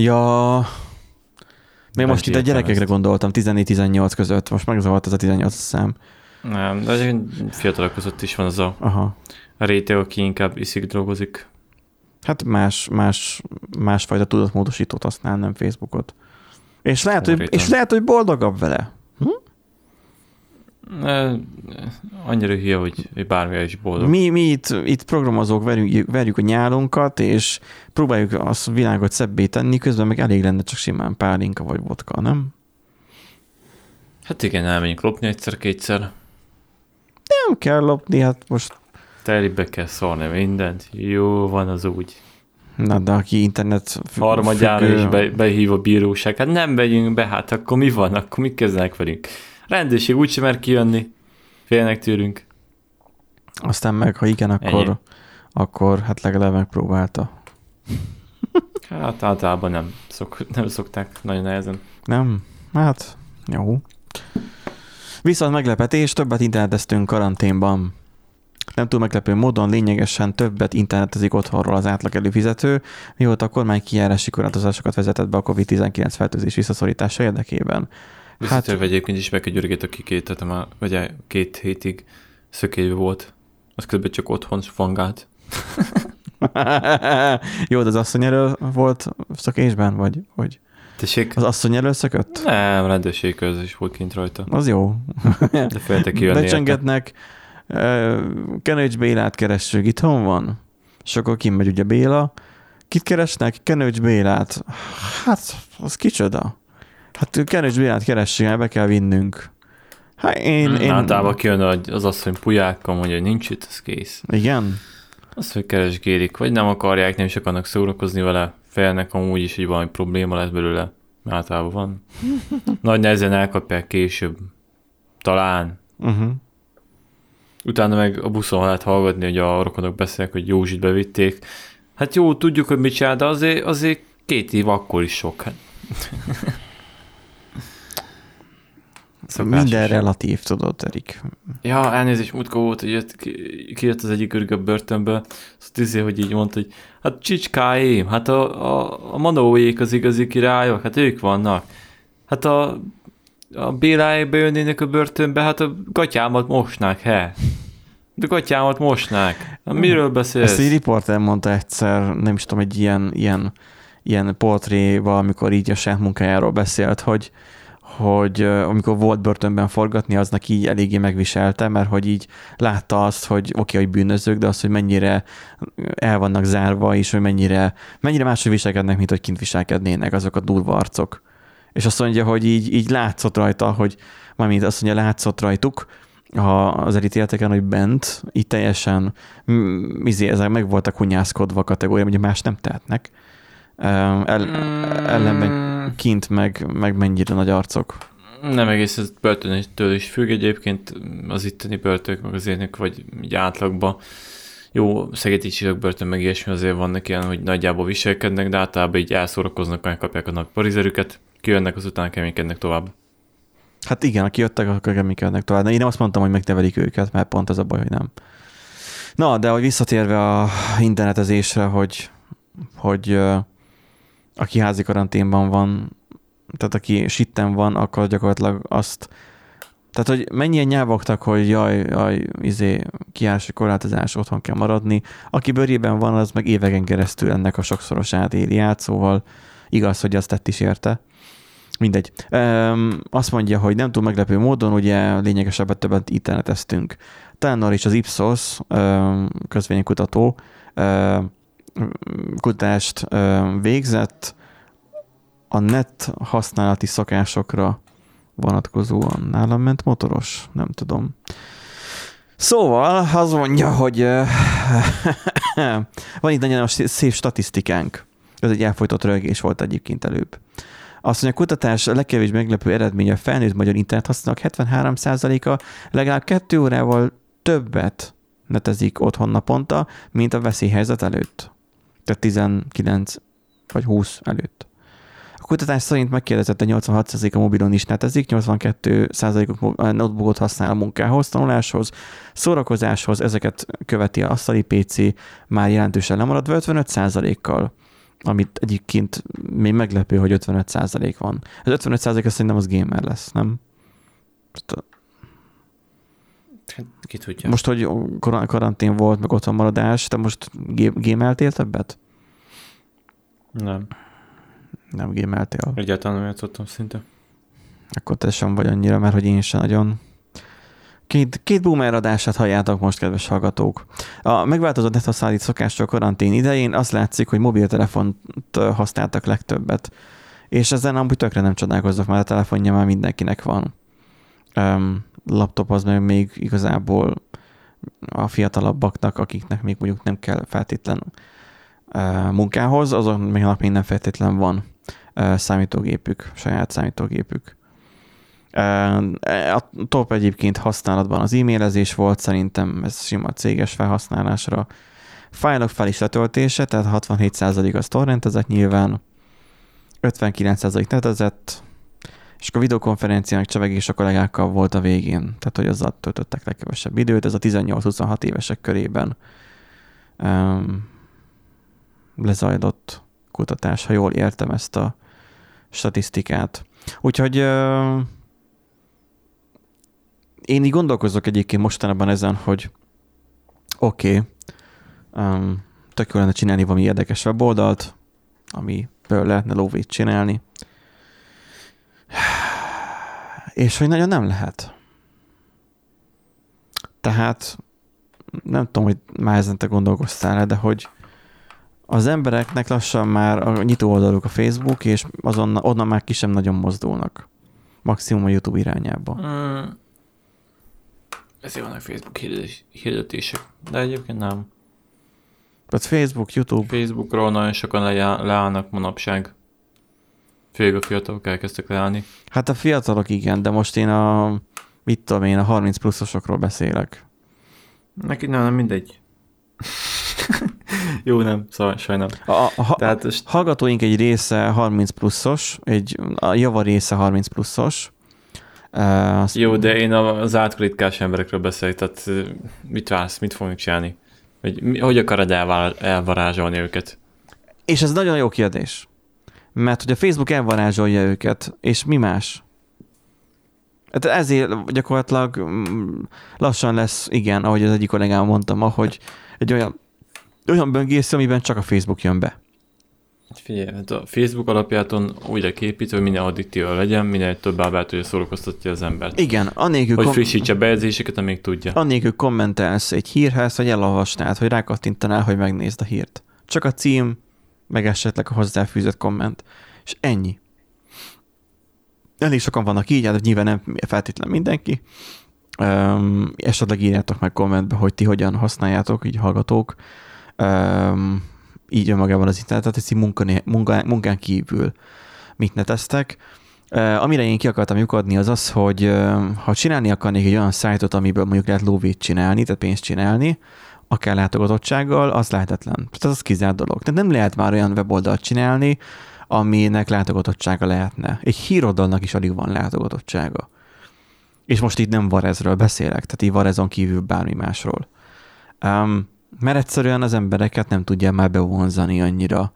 még most itt a gyerekekre gondoltam, 14-18 között. Most megzavart ez a 18 szám. Nem, de fiatalok között is van az a réteg, aki inkább iszik, dolgozik. Hát másfajta tudatmódosítót használ, nem Facebookot. És lehet, hogy boldogabb vele. Annyira hülye, hogy bármilyen is boldog. Mi itt programozók verjük a nyálunkat, és próbáljuk a világot szebbé tenni, közben meg elég lenne csak simán pálinka vagy vodka, nem? Hát igen, elmenjünk lopni egyszer-kétszer. Nem kell lopni, hát most... Telibe kell szórni mindent. Jó van az úgy. Na, de aki internet Harmadjára is behív a bíróság. Hát nem megyünk be, hát akkor mi van? Akkor mit kezdenek velünk? Rendőrség úgysem mer kijönni. Félnek tőlünk. Aztán meg, ha igen, akkor hát legalább megpróbálta. Hát általában nem szokták nagyon nehezen. Nem? Hát, jó. Viszont meglepetés, többet interneteztünk karanténban. Nem túl meglepő módon lényegesen többet internetezik otthonról az átlag előfizető, mióta a kormány kijárási korlátozásokat vezetett be a COVID-19 fertőzés visszaszorítása érdekében. Visszatérve egyébként is meg egy örgét, aki két hétig szökélybe volt. Az közben csak otthon fangált. Jó, de az asszony elől volt szökésben, vagy hogy? Tessék? Az asszony elől szökött? Nem, rendőrség közben is volt kint rajta. Az jó. De féltek kijönni. Becsengetnek, Kenőcs Bélát keressük, itthon van? És akkor kimegy ugye Béla. Kit keresnek? Kenőcs Bélát. Hát, az kicsoda? Hát Kenőcs Bélát keressük, be kell vinnünk. Hát én... Általában kijön az asszony pulyákkal, mondja, hogy nincs itt, ez kész. Igen? Azt, hogy keresgélik, vagy nem akarják, nem is akarnak szórakozni vele, félnek amúgy is, hogy valami probléma lesz belőle. Általában van. Nagy nehezen elkapják később. Talán. Utána meg a buszon lehet hallgatni, hogy a rokonok beszélnek, hogy Józsit bevitték. Hát jó, tudjuk, hogy mit csinál, de azért 2 év akkor is sok. Hát. Minden relatív, tudod, Erik. Ja, elnézést, múltkor volt, hogy kijött az egyik örgök börtönből, azt hogy így mondta, hogy hát csicskáim, hát a manóék az igazi királyok, hát ők vannak. Hát a Béláék bejönnének a börtönbe, hát a gatyámat mosnák, De gatyámat mosnák. Hát miről beszélsz? Ezt egy riporter mondta egyszer, nem is tudom, egy ilyen portréval, amikor így a saját munkájáról beszélt, hogy amikor volt börtönben forgatni, aznak így eléggé megviselte, mert hogy így látta azt, hogy oké, hogy bűnözők, de azt, hogy mennyire el vannak zárva, és hogy mennyire máshogy viselkednek, mint hogy kint viselkednének azok a durva arcok. És azt mondja, hogy így látszott rajta, hogy mármint azt mondja, látszott rajtuk az elítélteken, hogy bent így teljesen ezek meg voltak hunyászkodva a kategória, ugye más nem tehetnek. Ellenben kint meg mennyire nagy arcok. Nem egész, ez börtöntől is függ egyébként, az itteni börtönök, meg az ének, vagy így átlagban. Jó, Szegedi Csillagbörtön meg ilyesmi azért vannak ilyen, hogy nagyjából viselkednek, de általában így elszórakoznak, megkapják a nagy parizerüket, kijönnek, azután keménykednek tovább. Hát igen, aki jöttek, akkor keménykednek tovább. De én nem azt mondtam, hogy megnevelik őket, mert pont ez a baj, hogy nem. Na, de hogy visszatérve a internetezésre, hogy aki házi karanténban van, tehát aki sitten van, akkor gyakorlatilag azt, tehát hogy mennyien nyávogtak, hogy jaj, kijárási korlátozás, otthon kell maradni. Aki bőrében van, az meg éveken keresztül ennek a sokszorosát éli át, szóval igaz, hogy azt tett is érte. Mindegy. Azt mondja, hogy nem túl meglepő módon, ugye lényegesebbet többet interneteztünk. Talán is az Ipsos közvénykutató kutatást végzett a net használati szokásokra vonatkozóan. Nálam ment motoros? Nem tudom. Szóval az mondja, hogy van itt nagyon szép statisztikánk. Ez egy elfolytott röhögés volt egyébként előbb. Azt mondja, a kutatás legkevésbé meglepő eredménye a felnőtt magyar internet használók 73%-a legalább 2 órával többet netezik otthon naponta, mint a veszélyhelyzet előtt. Tehát 19 vagy 20 előtt. A kutatás szerint megkérdezett, 86% a mobilon is netezik, 82%-uk notebookot használ a munkához, tanuláshoz, szórakozáshoz, ezeket követi a asztali PC, már jelentősen lemaradva 55%-kal, amit egyébként még meglepő, hogy 55% van. Az 55% azt szerintem az gamer lesz, nem? Ki tudja. Most, hogy karantén volt, meg otthon maradás, te most gémeltél többet? Nem. Nem gémeltél. Egyáltalán nem játszottam szinte. Akkor te sem vagy annyira, mert hogy én sem nagyon. Két boomer adását halljátok most, kedves hallgatók. A megváltozott nethasználat szokásra a karantén idején azt látszik, hogy mobiltelefont használtak legtöbbet. És ezen amúgy tökre nem csodálkozok, mert a telefonja már mindenkinek van. Laptop az meg még igazából a fiatalabbaknak, akiknek még mondjuk nem kell feltétlen munkához, azoknak még nem feltétlen van számítógépük, saját számítógépük. A top egyébként használatban az e-mailezés volt, szerintem ez sima céges felhasználásra. Fájlok fel is letöltése, tehát 67% az torrentezett nyilván, 59% netezett, és a videokonferenciának csevegés a kollégákkal volt a végén, tehát hogy azzal töltöttek legkevesebb időt, ez a 18-26 évesek körében lezajlott kutatás, ha jól értem ezt a statisztikát. Úgyhogy én így gondolkozok egyébként mostanában ezen, hogy oké, tök jó lenne csinálni valami érdekes weboldalt, amiből lehetne lóvét csinálni, és hogy nagyon nem lehet. Tehát nem tudom, hogy már ezen te gondolkoztál-e, de hogy az embereknek lassan már a nyitó oldaluk a Facebook, és onnan már ki sem nagyon mozdulnak. Maximum a YouTube irányába. Ezért vannak Facebook hirdetések, de egyébként nem. Tehát Facebook, YouTube. Facebookról nagyon sokan leállnak manapság. Főleg a fiatalok elkezdtek leállni. Hát a fiatalok igen, de most én a 30 pluszosokról beszélek. Neki nem mindegy. Jó, nem, szóval sajnálom. Tehát hallgatóink egy része 30 pluszos, a java része 30 pluszos. Jó, de én az átkoritkás emberekről beszélek, tehát mit vársz, mit fogunk csinálni? Hogy akarod elvarázsolni őket? És ez nagyon jó kérdés. Mert hogy a Facebook elvarázsolja őket, és mi más? Hát ezért gyakorlatilag lassan lesz, igen, ahogy az egyik kollégám mondtam, ahogy egy olyan böngésző, amiben csak a Facebook jön be. Figyelj, hát a Facebook alapjáton újra képít, hogy minél addiktíva legyen, minél több ábától szórakoztatja az embert. Igen, annélkül... Hogy frissítse bejegyzéseket, amíg tudja. Annélkül kommentelsz egy hírhez, hogy elolvasnád, hogy rákattintanál, hogy megnézd a hírt. Csak a cím, meg esetleg a hozzáfűzött komment. És ennyi. Elég sokan vannak így, hát nyilván nem feltétlenül mindenki. Esetleg írjátok meg kommentbe, hogy ti hogyan használjátok, így hallgatók. Így önmagában az internetet, ezt így munkán kívül mit neteztek. Amire én ki akartam lyukadni, az az, hogy ha csinálni akarnék egy olyan szájtot, amiből mondjuk lehet lóvét csinálni, tehát pénzt csinálni, akár látogatottsággal, az lehetetlen. Tehát az kizárt dolog. Tehát nem lehet már olyan weboldalt csinálni, aminek látogatottsága lehetne. Egy híroldalnak is alig van látogatottsága. És most itt nem Varezről beszélek, tehát így Varezon kívül bármi másról. Mert egyszerűen az embereket nem tudja már bevonzani annyira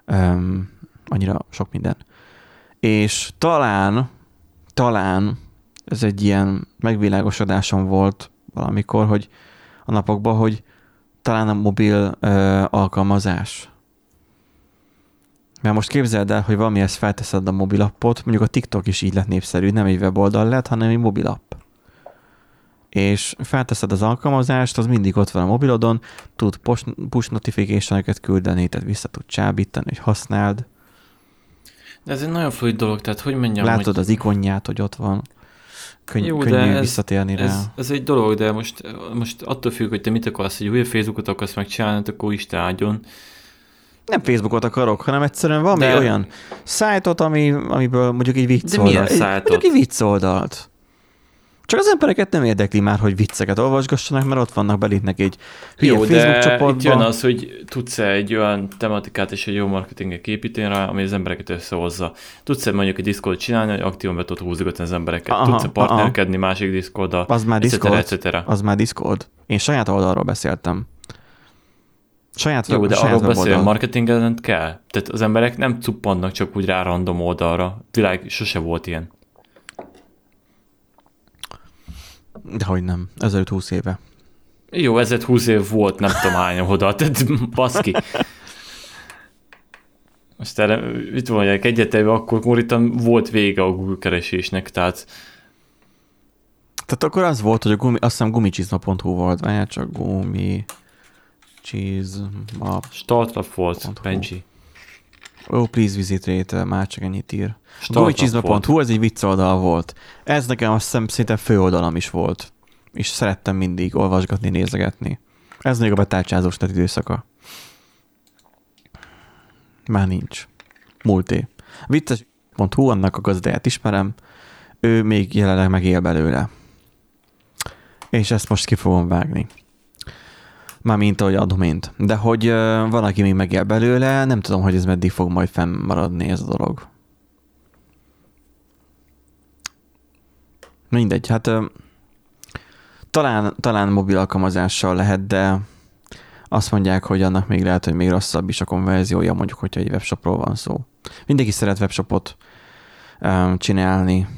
sok minden. És talán ez egy ilyen megvilágosodásom volt valamikor, hogy a napokban, hogy talán a mobil alkalmazás. Mert most képzeld el, hogy valamihez felteszed a mobilappot, mondjuk a TikTok is így lett népszerű, nem egy weboldal lett, hanem egy mobilapp. És felteszed az alkalmazást, az mindig ott van a mobilodon, tud push notification-öket küldeni, tehát vissza tud csábítani, hogy használd. De ez egy nagyon fluid dolog, tehát hogy mondjam, látod az ikonját, hogy ott van. Könnyű visszatérni rá. Ez egy dolog, de most attól függ, hogy te mit akarsz, hogy új Facebookot akarsz megcsinálni, akkor Isten áldjon. Nem Facebookot akarok, hanem egyszerűen valami olyan szájtot, amiből mondjuk egy viccoldalt. De milyen szájtot? Mondjuk egy viccoldalt. Csak az embereket nem érdekli már, hogy vicceket olvasgassanak, mert ott vannak belépnek egy hülye Facebook csoportba. Itt jön az, hogy tudsz-e egy olyan tematikát és egy jó marketinget építeni rá, ami az embereket összehozza. Tudsz-e mondjuk egy Discord csinálni, hogy aktívan be tudod húzogatni az embereket. Tudsz-e partnerkedni másik Discorddal, az már Az már Discord. Én saját oldalról beszéltem. Jó, de arról beszél, marketingelni kell. Tehát az emberek nem cuppannak csak úgy rá random oldalra. Világ sose volt ilyen. Dehogy nem. 20 éve. Jó, 20 év volt, nem tudom hány oda. Tehát baszki. Most erre mit mondják, egyetemben akkor konkrétan volt vége a Google keresésnek, tehát... Tehát akkor az volt, hogy azt hiszem gumicsizma.hu volt, várjál csak gumicsizma. Startup volt, Benji. Oh, please visit rate, már csak ennyit ír. Gumicsizma.hu, ez egy vicc oldal volt. Ez nekem azt hiszem szinte főoldalam is volt. És szerettem mindig olvasgatni, nézegetni. Ez még a betárcsázós net időszaka. Már nincs. Múlté. Vicces.hu, annak a gazdáját ismerem. Ő még jelenleg megél belőle. És ezt most ki fogom vágni. Mármint ahogy a domént. De hogy valaki még megél belőle, nem tudom, hogy ez meddig fog majd fennmaradni ez a dolog. Mindegy, hát talán mobil alkalmazással lehet, de azt mondják, hogy annak még lehet, hogy még rosszabb is a konverziója, mondjuk, hogyha egy webshopról van szó. Mindenki szeret webshopot csinálni.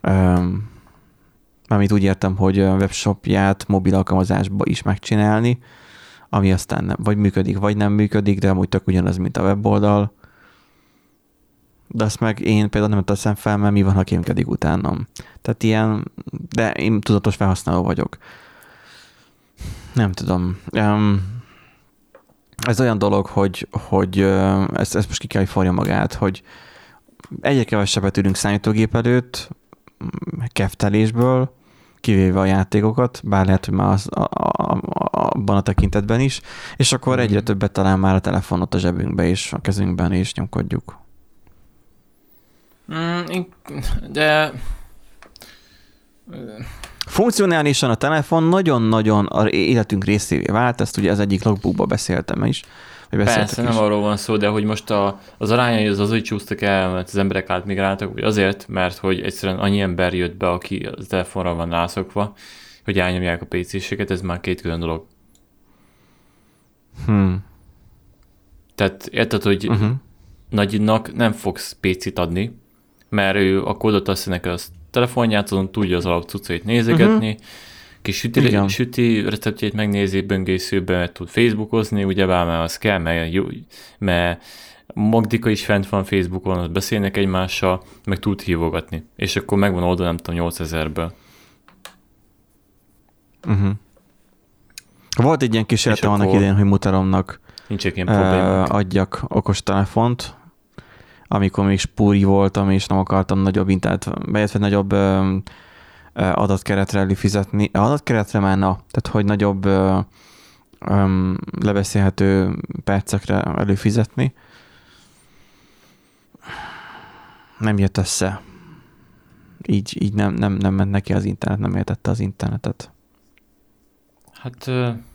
Mármint úgy értem, hogy a webshopját mobil alkalmazásba is megcsinálni, ami aztán nem, vagy működik, vagy nem működik, de amúgy tök ugyanaz, mint a weboldal. De azt meg én például nem teszem fel, mert mi van, ha kémkedik utánam. Tehát ilyen, de én tudatos felhasználó vagyok. Nem tudom. Ez olyan dolog, hogy ezt most ki kell, hogy forja magát, hogy egyre kevesebbet ülünk számítógép előtt, keftelésből, kivéve a játékokat, bár lehet, hogy már abban a tekintetben is, és akkor egyre többet talán már a telefonot a zsebünkbe és a kezünkben is nyomkodjuk. De funkcionálisan a telefon nagyon-nagyon az életünk részévé vált, ezt ugye az egyik logbookban beszéltem is. Persze, nem arról van szó, de hogy most az arányai az hogy csúsztak el, mert az emberek átmigráltak, vagy azért, mert hogy egyszerűen annyi ember jött be, aki a telefonra van rászokva, hogy elnyomják a PC-seket, ez már két külön dolog. Tehát érted, hogy nagynak nem fogsz PC-t adni, mert ő a kódot adsz neki a telefonját, azon tudja az alapcuccait nézegetni, kis süti receptjét megnézi, böngészőbe tud Facebookozni, ugyebár már az kell, mert Magdika is fent van Facebookon, ott beszélnek egymással, meg tud hívogatni. És akkor megvan oldal, nem tudom, 8000-ből. Volt egy ilyen kísérletem annak idején, hogy muteromnak adjak okostelefont, amikor még spúri voltam, és nem akartam nagyobb internet, nagyobb adatkeretre előfizetni. Adatkeretre már tehát hogy nagyobb lebeszélhető percekre előfizetni. Nem jött össze. Így nem ment neki az internet, nem értette az internetet. Hát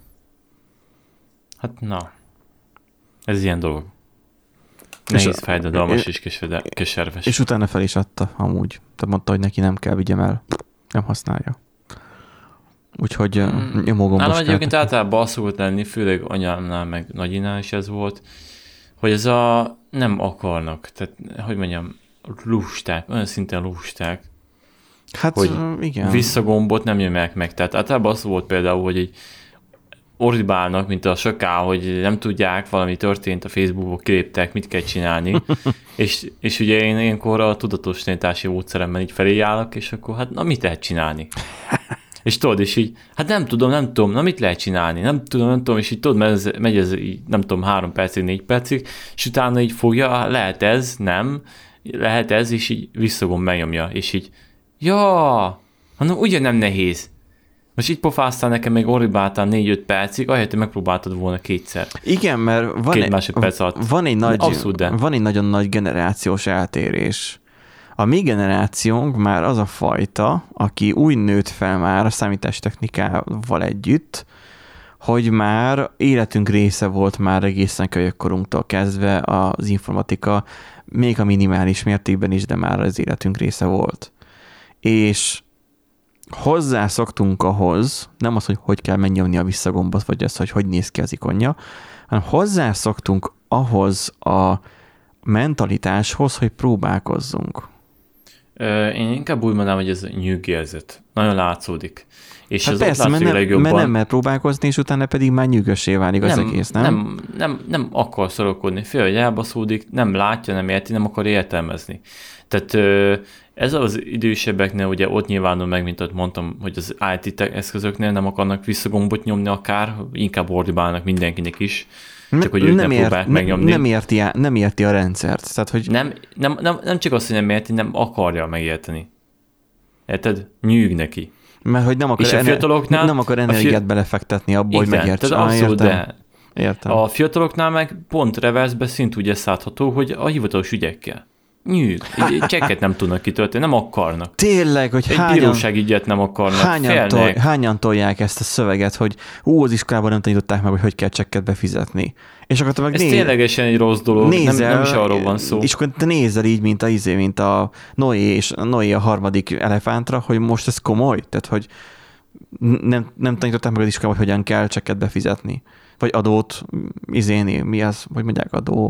na. Ez ilyen dolog. Nehéz, fájdalmas és keserves. És utána fel is adta amúgy. Tehát mondta, hogy neki nem kell, vigyem el. Nem használja. Úgyhogy nyomógombos. Nálam egyébként általában az szokott lenni, főleg anyámnál, meg nagyinál is ez volt, hogy ez nem akarnak. Tehát, hogy mondjam, lusták, olyan szinten lusták, hát, hogy igen. visszagombot nem nyomják meg. Tehát általában az volt például, hogy egy ordibálnak, mint a soká, hogy nem tudják, valami történt a Facebookon, kiléptek, mit kell csinálni. és ugye én ilyenkor a tudatosítási módszeremben így felé állok, és akkor hát na mit lehet csinálni? És tudod, és így, hát nem tudom, na mit lehet csinálni? Nem tudom, és így tudod, megy ez így, nem tudom, 3 percig, 4 percig, és utána így fogja, lehet ez, és így visszagom, megnyomja, és így, ja, ugyan nem nehéz. Most itt pofáztál nekem, még orribáltál 4-5 percig, ahelyett, hogy megpróbáltad volna kétszer. Igen, mert van egy nagyon nagy generációs eltérés. A mi generációnk már az a fajta, aki úgy nőtt fel már a számítástechnikával együtt, hogy már életünk része volt már egészen kölyökkorunktól kezdve az informatika, még a minimális mértékben is, de már az életünk része volt. És hozzászoktunk ahhoz, nem az, hogy kell megnyomni a visszagombot, vagy az, hogy néz ki az ikonja, hanem hozzászoktunk ahhoz a mentalitáshoz, hogy próbálkozzunk. Én inkább úgy mondanám, hogy ez nyűgérzet. Nagyon látszódik. És Hát az persze, ott látszik legjobban. mert nem mer próbálkozni, és utána pedig már nyűgössé válik az egész, nem? Nem akar szorokodni. Fél, hogy elbaszódik, nem látja, nem érti, nem akar értelmezni. Tehát ez az idősebbeknél ugye ott nyilvánul meg, mint ahogy mondtam, hogy az IT eszközöknél nem akarnak visszagombot nyomni akár, inkább ordibálnak mindenkinek is. Csak hogy ők nem próbálják megnyomni. Nem érti a rendszert. Tehát, hogy... Nem csak azt, hogy nem érti, nem akarja megérteni. Érted? Nyűg neki. Mert hogy nem akar energiát belefektetni abba, hogy megérts. Abszolút, de értem. A fiataloknál meg pont reverse-be szint úgy eszátható, hogy a hivatalos ügyekkel. Nyűg. Egy csekket nem tudnak kitölteni, nem akarnak. Tényleg, hogy egy bíróságügyet nem akarnak. Hányan tolják ezt a szöveget, hogy az iskolában nem tanították meg, hogy kell csekket befizetni. És akkor te meg ez ténylegesen egy rossz dolog, nem is arról van szó. És akkor te nézel így, mint a Noé a harmadik elefántra, hogy most ez komoly? Tehát, hogy nem tanították meg az iskolában, hogy hogyan kell csekket befizetni. Vagy adót, mi az, hogy mondják,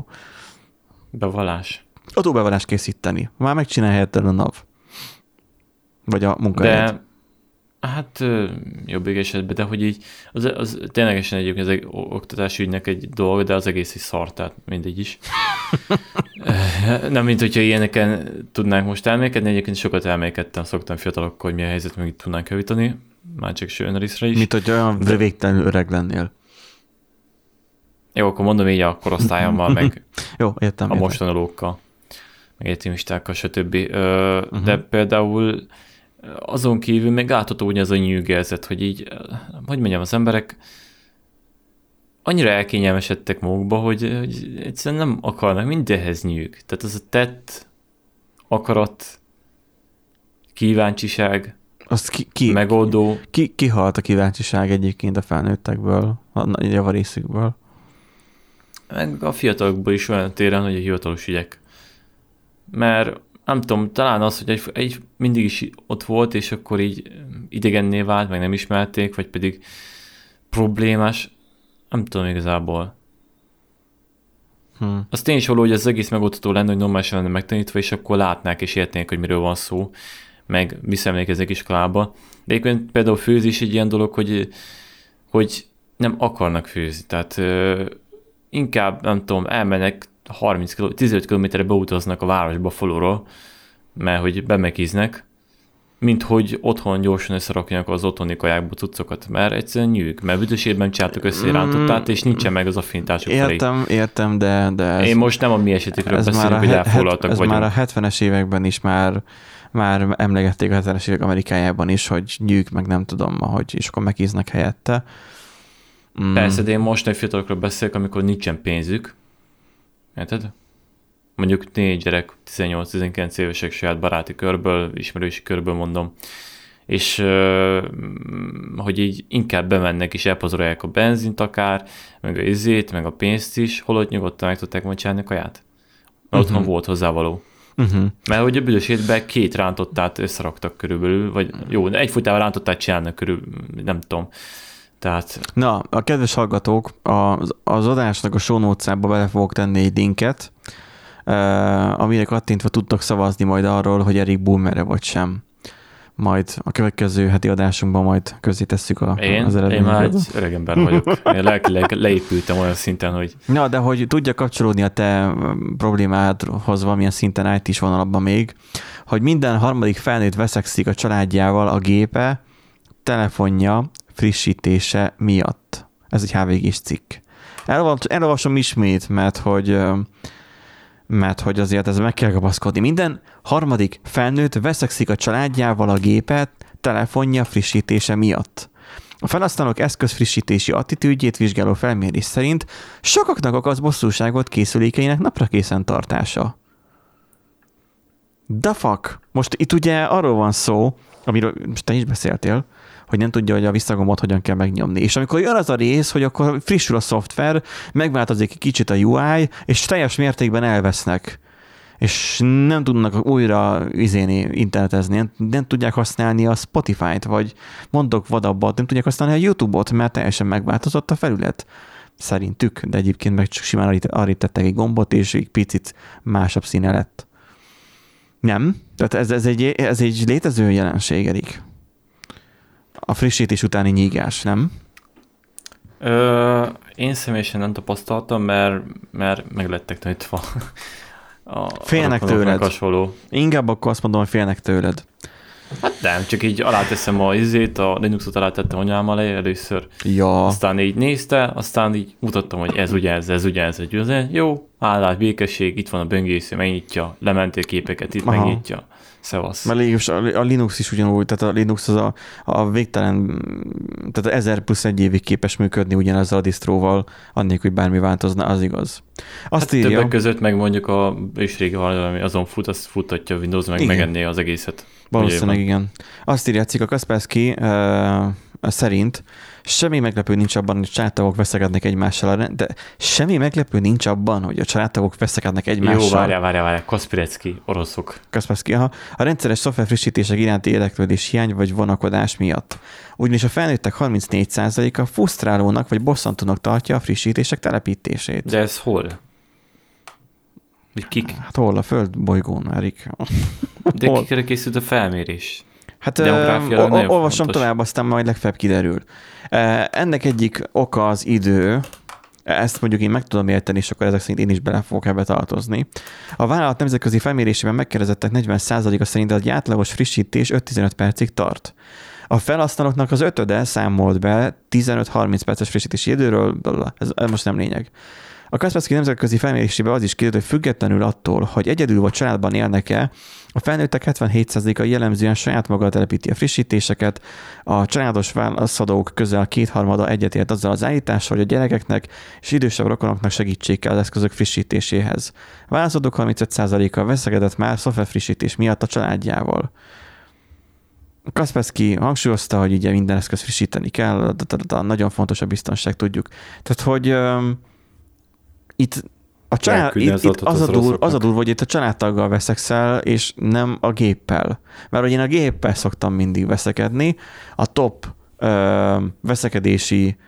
adóbevallást készíteni. Már megcsinálja helyettel a NAV. Vagy a munkahelyet. De hát jobb esetben, de hogy így az ténylegesen egyébként ez egy oktatási ügynek egy dolog, de az egész is szar, tehát mindegy is. Nem, mint hogyha ilyeneken tudnánk most elmélkedni, egyébként sokat elmélkedtem, szoktam fiatalokkal, hogy mi a helyzet, meg itt tudnánk javítani, már csak Sönriszre is. Mint hogy olyan végtelenül öreg lennél. Jó, akkor mondom így a korosztályommal, meg jó, értem. A mostanulókkal, meg egyetemistákkal, stb. De például azon kívül még látható úgy ez a nyűgérzet, hogy így, hogy mondjam, az emberek annyira elkényelmesedtek magukba, hogy egyszerűen nem akarnak mindenhez nyűg. Tehát az a tett, akarat, kíváncsiság, megoldó. Ki halt a kíváncsiság egyébként a felnőttekből, a javarészükből? Meg a fiatalokból is olyan téren, hogy a hivatalos ügyek. Mert nem tudom, talán az, hogy egy mindig is ott volt, és akkor így idegenné vált, meg nem ismerték, vagy pedig problémás, nem tudom igazából. Az tény is való, hogy az egész megoldható lenne, hogy normálisan lenne megtanítva, és akkor látnák és értenék, hogy miről van szó, meg visszaemlékeznek iskolába. De egyébként például főzés egy ilyen dolog, hogy nem akarnak főzni. Tehát inkább, nem tudom, elmennek 15 kilométerre beutaznak a városba faluról, mert hogy bemekiznek, mint hogy otthon gyorsan összerakjanak az otthoni kajákba cuccokat, mert egyszerűen nyűg, mert büdösében csináltak össze rántottát, és nincsen meg az affinitásuk felé. Értem, de ez, én most nem a mi esetekről beszélünk, hogy elfoglaltak vagyunk. Ez már a 70-es években is már emlegették a 70-es évek Amerikájában is, hogy nyűg, meg nem tudom, és akkor megíznek helyette. Persze, de én most egy fiatalokról beszélek, amikor nincsen pénzük. Érted? Mondjuk 4 gyerek, 18-19 évesek saját baráti körből, ismerősi körből mondom. És hogy így inkább bemennek és elpazarolják a benzint akár, meg a izét, meg a pénzt is, holott nyugodtan meg tudták majd csinálni a kaját. Mert otthon volt hozzávaló. Mert hogy a büdös hétben 2 rántottát összeraktak körülbelül, vagy jó, egyfolytában rántottát csinálnak körülbelül, nem tudom. Tehát... Na, a kedves hallgatók, az adásnak a show notes-ába bele fogok tenni egy linket, amire kattintva tudtok szavazni majd arról, hogy Erik boomer-e vagy sem. Majd a következő heti adásunkban majd közzétesszük az eredményeket. Én már egy öreg ember vagyok. Én lelkileg leépültem olyan szinten, hogy... Na, de hogy tudja kapcsolódni a te problémádhoz valamilyen szinten IT-s vonalabban még, hogy minden harmadik felnőtt veszekszik a családjával a gépe, telefonja, frissítése miatt. Ez egy HVG-s cikk. Elolvasom ismét, mert hogy azért ez meg kell kapaszkodni. Minden harmadik felnőtt veszekszik a családjával a gépet, telefonja frissítése miatt. A felhasználók eszközfrissítési attitűdjét vizsgáló felmérés szerint sokaknak okoz bosszúságot készülékeinek napra készen tartása. The fuck? Most itt ugye arról van szó, amiről most te is beszéltél, hogy nem tudja, hogy a visszagombot hogyan kell megnyomni. És amikor jön az a rész, hogy akkor frissül a szoftver, megváltozik egy kicsit a UI, és teljes mértékben elvesznek. És nem tudnak újra internetezni, nem tudják használni a Spotify-t, vagy mondok vadabbat, nem tudják használni a YouTube-ot, mert teljesen megváltozott a felület. Szerintük, de egyébként meg csak simán arra tettek egy gombot, és egy picit másabb színe lett. Nem, tehát ez egy létező jelenség, Erik. A frissítés utáni nyígás, nem? Én személyesen nem tapasztaltam, mert meg lettek tanítva. Félnek tőled. Hasonló. Inkább akkor azt mondom, hogy félnek tőled. Hát nem, csak így aláteszem a Linuxot alátettem anyám alá először. Ja. Aztán így nézte, aztán így mutattam, hogy ez ugye ez. Jó, állás, békesség, itt van a böngésző, megnyitja, lementél képeket, itt megnyitja. Szevasz. Mert a Linux is ugyanúgy, tehát a Linux az a végtelen, tehát 1000 plusz egy évig képes működni ugyanazzal a disztróval, annélkül, hogy bármi változna, az igaz. Azt írja, többek között meg mondjuk a ősrégi valami azon fut, azt futtatja a Windows, meg megenné az egészet. Valószínűleg igen. Azt írja a cikk, a Kaspersky szerint semmi meglepő nincs abban, hogy a családtagok veszekednek egymással, de semmi meglepő nincs abban, hogy a családtagok veszekednek egymással. Jó, várjál, Kaspersky, oroszok. Kaspersky, a rendszeres szoftver frissítések iránti érdeklődés hiány vagy vonakodás miatt. Ugyanis a felnőttek 34%-a frusztrálónak vagy bosszantónak tartja a frissítések telepítését. De ez hol? Kik? Hát hol? A földbolygón, Erik. De kikre készült a felmérés? Hát olvasom tovább, aztán majd legfeljebb kiderül. Ennek egyik oka az idő, ezt mondjuk én meg tudom érteni, és akkor ezek szerint én is bele fogok ebbe tartozni. A vállalat nemzetközi felmérésében megkérdezettek 40%-a szerint egy átlagos frissítés 5-15 percig tart. A felhasználóknak az ötöde számolt be 15-30 perces frissítési időről, ez most nem lényeg. A Kaspersky nemzetközi felmérésében az is kiderült, hogy függetlenül attól, hogy egyedül vagy családban élnek-e, a felnőttek 77%-a jellemzően saját maga telepíti a frissítéseket, a családos válaszadók közel 2/3 egyetért azzal az állítással, hogy a gyerekeknek és idősebb rokonoknak segítség kell az eszközök frissítéséhez. A válaszadók 35%-a veszekedett már szoftverfrissítés miatt a családjával. Kaspersky hangsúlyozta, hogy ugye minden eszköz frissíteni kell, nagyon fontos a biztonság, tudjuk. Tehát, hogy itt a család, itt az a durva, hogy itt a családtaggal veszekszel, és nem a géppel. Mert én a géppel szoktam mindig veszekedni. A top veszekedési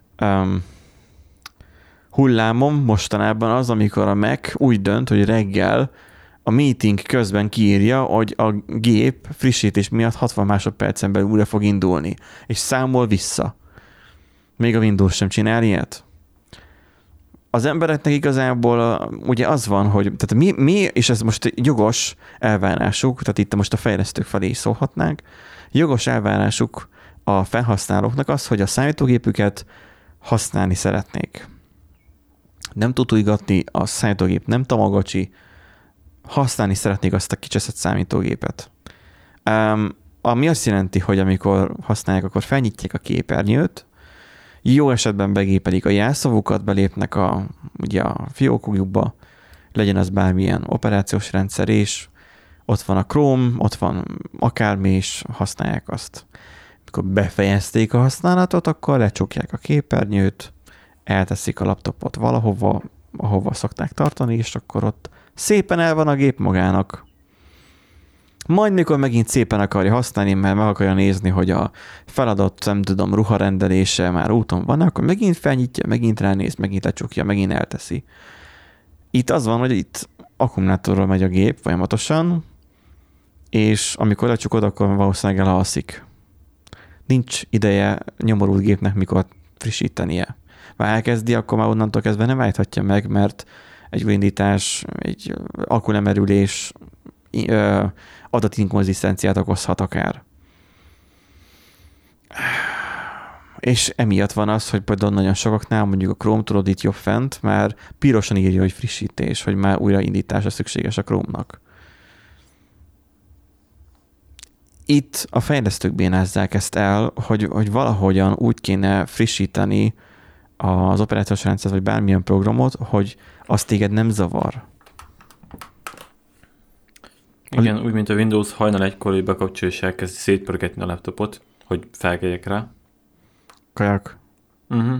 hullámom mostanában az, amikor a Mac úgy dönt, hogy reggel a meeting közben kiírja, hogy a gép frissítés miatt 60 másodpercen belül újra fog indulni, és számol vissza. Még a Windows sem csinál ilyet. Az embereknek igazából ugye az van, hogy tehát mi, és ez most jogos elvárásuk, tehát itt most a fejlesztők felé is szólhatnánk, jogos elvárásuk a felhasználóknak az, hogy a számítógépüket használni szeretnék. Nem tutújgatni, a számítógép nem Tamagocsi, használni szeretnék azt a kicseszett számítógépet. Ami azt jelenti, hogy amikor használják, akkor felnyitják a képernyőt, jó esetben begépelik a jelszavukat, belépnek ugye a fiókukba, legyen az bármilyen operációs rendszer, és ott van a Chrome, ott van akármi, és használják azt. Amikor befejezték a használatot, akkor lecsukják a képernyőt, elteszik a laptopot valahova, ahova szokták tartani, és akkor ott szépen el van a gép magának. Majd mikor megint szépen akarja használni, mert meg akarja nézni, hogy a feladott, nem tudom, ruharendelése már úton van, akkor megint felnyitja, megint ránéz, megint lecsukja, megint elteszi. Itt az van, hogy itt akkumulátorról megy a gép folyamatosan, és amikor lecsukod, akkor valószínűleg elalszik. Nincs ideje nyomorult gépnek mikor frissítenie. Ha elkezdi, akkor már onnantól kezdve nem állíthatja meg, mert egy indítás, egy akkulemerülés, adatinkonzisztenciát okozhat akár. És emiatt van az, hogy például nagyon sokaknál, mondjuk a Chrome, tudod, itt jobb fent, már pirosan írja, hogy frissítés, hogy már újraindítása szükséges a Chrome-nak. Itt a fejlesztők bénázzák ezt el, hogy valahogyan úgy kéne frissíteni az operációs rendszert, vagy bármilyen programot, hogy az téged nem zavar. Igen, úgy, mint a Windows hajnal egykor, hogy bekapcsolja és elkezdi szétpörgetni a laptopot, hogy felkeljek rá. Kajak. Uh-huh.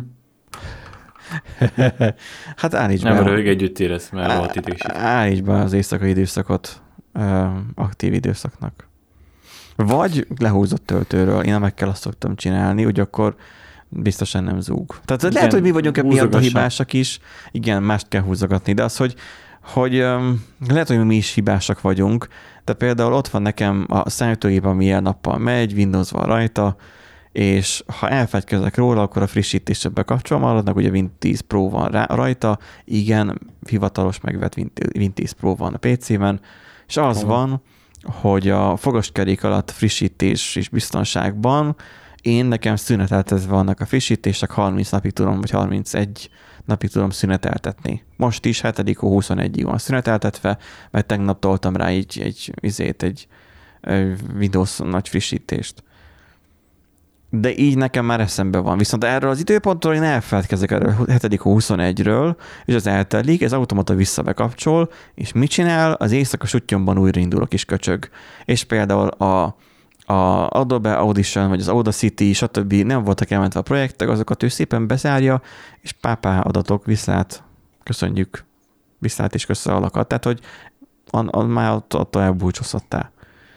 Hát állíts be. Nem röhög, együtt érez, mert volt idegség. Állíts be az éjszakai időszakot aktív időszaknak. Vagy lehúzott töltőről. Én meg kell azt szoktam csinálni, hogy akkor biztosan nem zúg. Tehát igen, lehet, hogy mi vagyunk miatt a hibásak is, igen, mást kell húzogatni, de az, hogy lehet, hogy mi is hibásak vagyunk, de például ott van nekem a számítógép, ami ilyen nappal megy, Windows van rajta, és ha elfegykezek róla, akkor a frissítésre bekapcsolom, maradnak, ugye Win 10 Pro van rajta, igen, hivatalos megvett Win 10 Pro van a PC-ben, és az van, hogy a fogaskerék alatt frissítés és biztonságban nekem szüneteltetve vannak a frissítések, 30 napig tudom, vagy 31 napig tudom szüneteltetni. Most is 7.21-ig van szüneteltetve, mert tegnap toltam rá egy Windows nagy frissítést. De így nekem már eszembe van. Viszont erről az időpontról én elfeledkezek erről 7.21-ről, és az eltelik, ez automata visszabekapcsol, és mit csinál? Az éjszaka suttyomban újraindul a kis köcsög. És például a Adobe Audition, vagy az Audacity, stb. Nem voltak elmentve a projektek, azokat ő szépen bezárja, és pápá adatok, viszlát, köszönjük, viszlát és köszön alakat. Tehát, hogy már attól elbúcsúzhattál.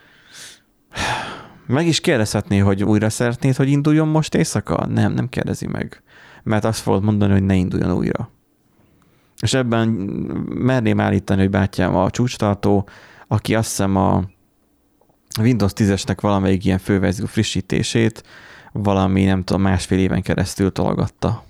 Meg is kérdezhetné, hogy újra szeretnéd, hogy induljon most éjszaka? Nem kérdezi meg. Mert azt fogod mondani, hogy ne induljon újra. És ebben merném állítani, hogy bátyám a csúcstartó, aki azt hiszem a Windows 10-esnek valamelyik ilyen főverzió frissítését valami, nem tudom, másfél éven keresztül tologatta.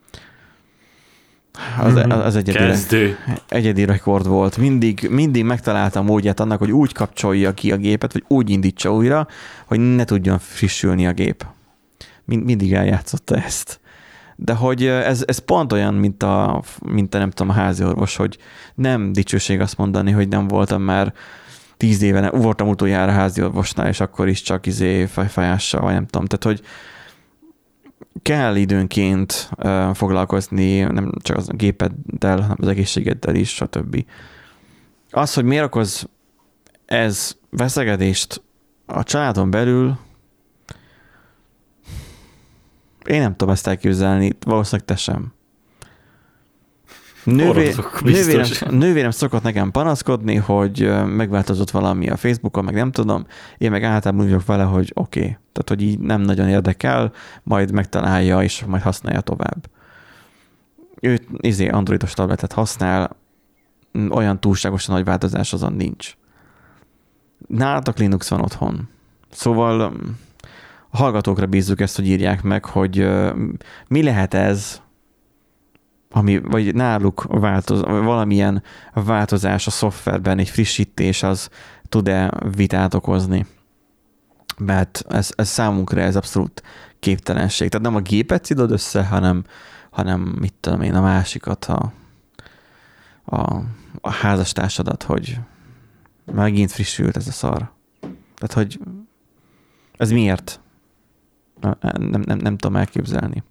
Az egyedi rekord volt. Mindig megtaláltam módját annak, hogy úgy kapcsolja ki a gépet, vagy úgy indítsa újra, hogy ne tudjon frissülni a gép. Mindig eljátszotta ezt. De hogy ez pont olyan, mint a nem tudom, a háziorvos, hogy nem dicsőség azt mondani, hogy nem voltam már 10 éve, voltam utoljára háziorvosnál, és akkor is csak fejfájással, vagy nem tudom. Tehát, hogy kell időnként foglalkozni, nem csak az gépeddel, hanem az egészségeddel is, stb. Az, hogy miért okoz ez veszekedést a családon belül, én nem tudom ezt elképzelni, valószínűleg te sem. Nővérem szokott nekem panaszkodni, hogy megváltozott valami a Facebookon, meg nem tudom, én meg általában úgy vagyok vele, hogy oké. Tehát, hogy így nem nagyon érdekel, majd megtalálja, és majd használja tovább. Ő androidos tabletet használ, olyan túlságosan nagy változás azon nincs. Nálatok Linux van otthon. Szóval a hallgatókra bízzuk ezt, hogy írják meg, hogy mi lehet ez, vagy náluk valamilyen változás a szoftverben, egy frissítés, az tud-e vitát okozni. Mert ez számunkra ez abszolút képtelenség. Tehát nem a gépet szidod össze, hanem mit tudom én, a másikat, a házastársadat, hogy megint frissült ez a szar. Tehát, hogy ez miért? Nem tudom elképzelni.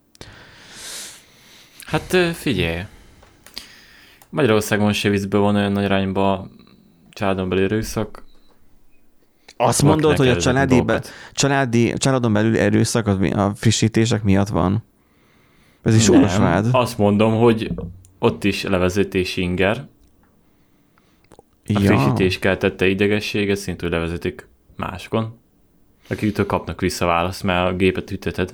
Hát figyelj, Magyarországon se visz be van olyan nagy arányba családon belül erőszak. Azt mondod, hogy a családon belül erőszak a frissítések miatt van? Ez is súlyos vád. Azt mondom, hogy ott is levezetés inger. A frissítés keltette idegességet, szintén levezetik máskon, akiktől kapnak vissza választ, mert a gépet üteted.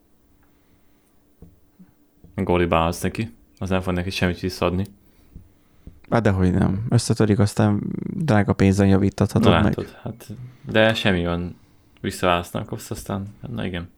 Gólibálhatsz neki, az nem fog neki semmit visszaadni. Hát dehogy nem. Összetörik, aztán drága pénzen javítathatod meg. Hát, de semmi van visszaválasztnak kapsz, aztán, na igen.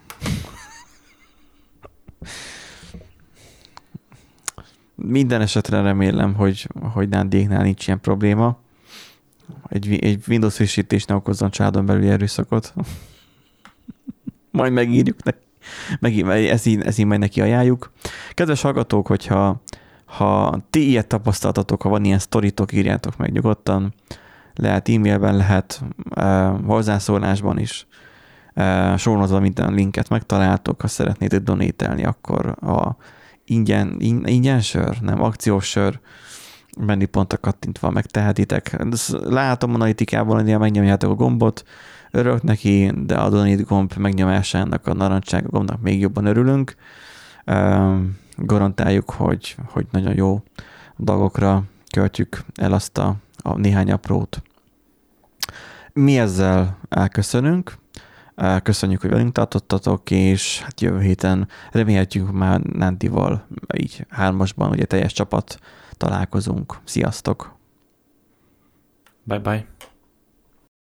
Minden esetre remélem, hogy Nádéknál nincs ilyen probléma. Egy Windows frissítés ne okozzon családon belüli erőszakot. Majd megírjuk neki. Ezt így majd neki ajánljuk. Kedves hallgatók, hogyha ti ilyet tapasztaltatok, ha van ilyen sztoritok, írjátok meg nyugodtan. Lehet e-mailben, lehet hozzászólásban is. Sornozva minden linket megtaláltok, ha szeretnétek donételni, akkor a ingyen sör, nem akciós sör, menüpontra kattintva megtehetitek. Látom analitikában, hogy megnyomjátok a gombot, örülök neki, de a donate gomb megnyomásának, a narancssárga gombnak még jobban örülünk. Garantáljuk, hogy nagyon jó dolgokra költjük el azt a néhány aprót. Mi ezzel elköszönünk. Köszönjük, hogy velünk tartottatok, és hát jövő héten remélhetjük már Nandival így 3-asban, ugye teljes csapat találkozunk. Sziasztok! Bye-bye!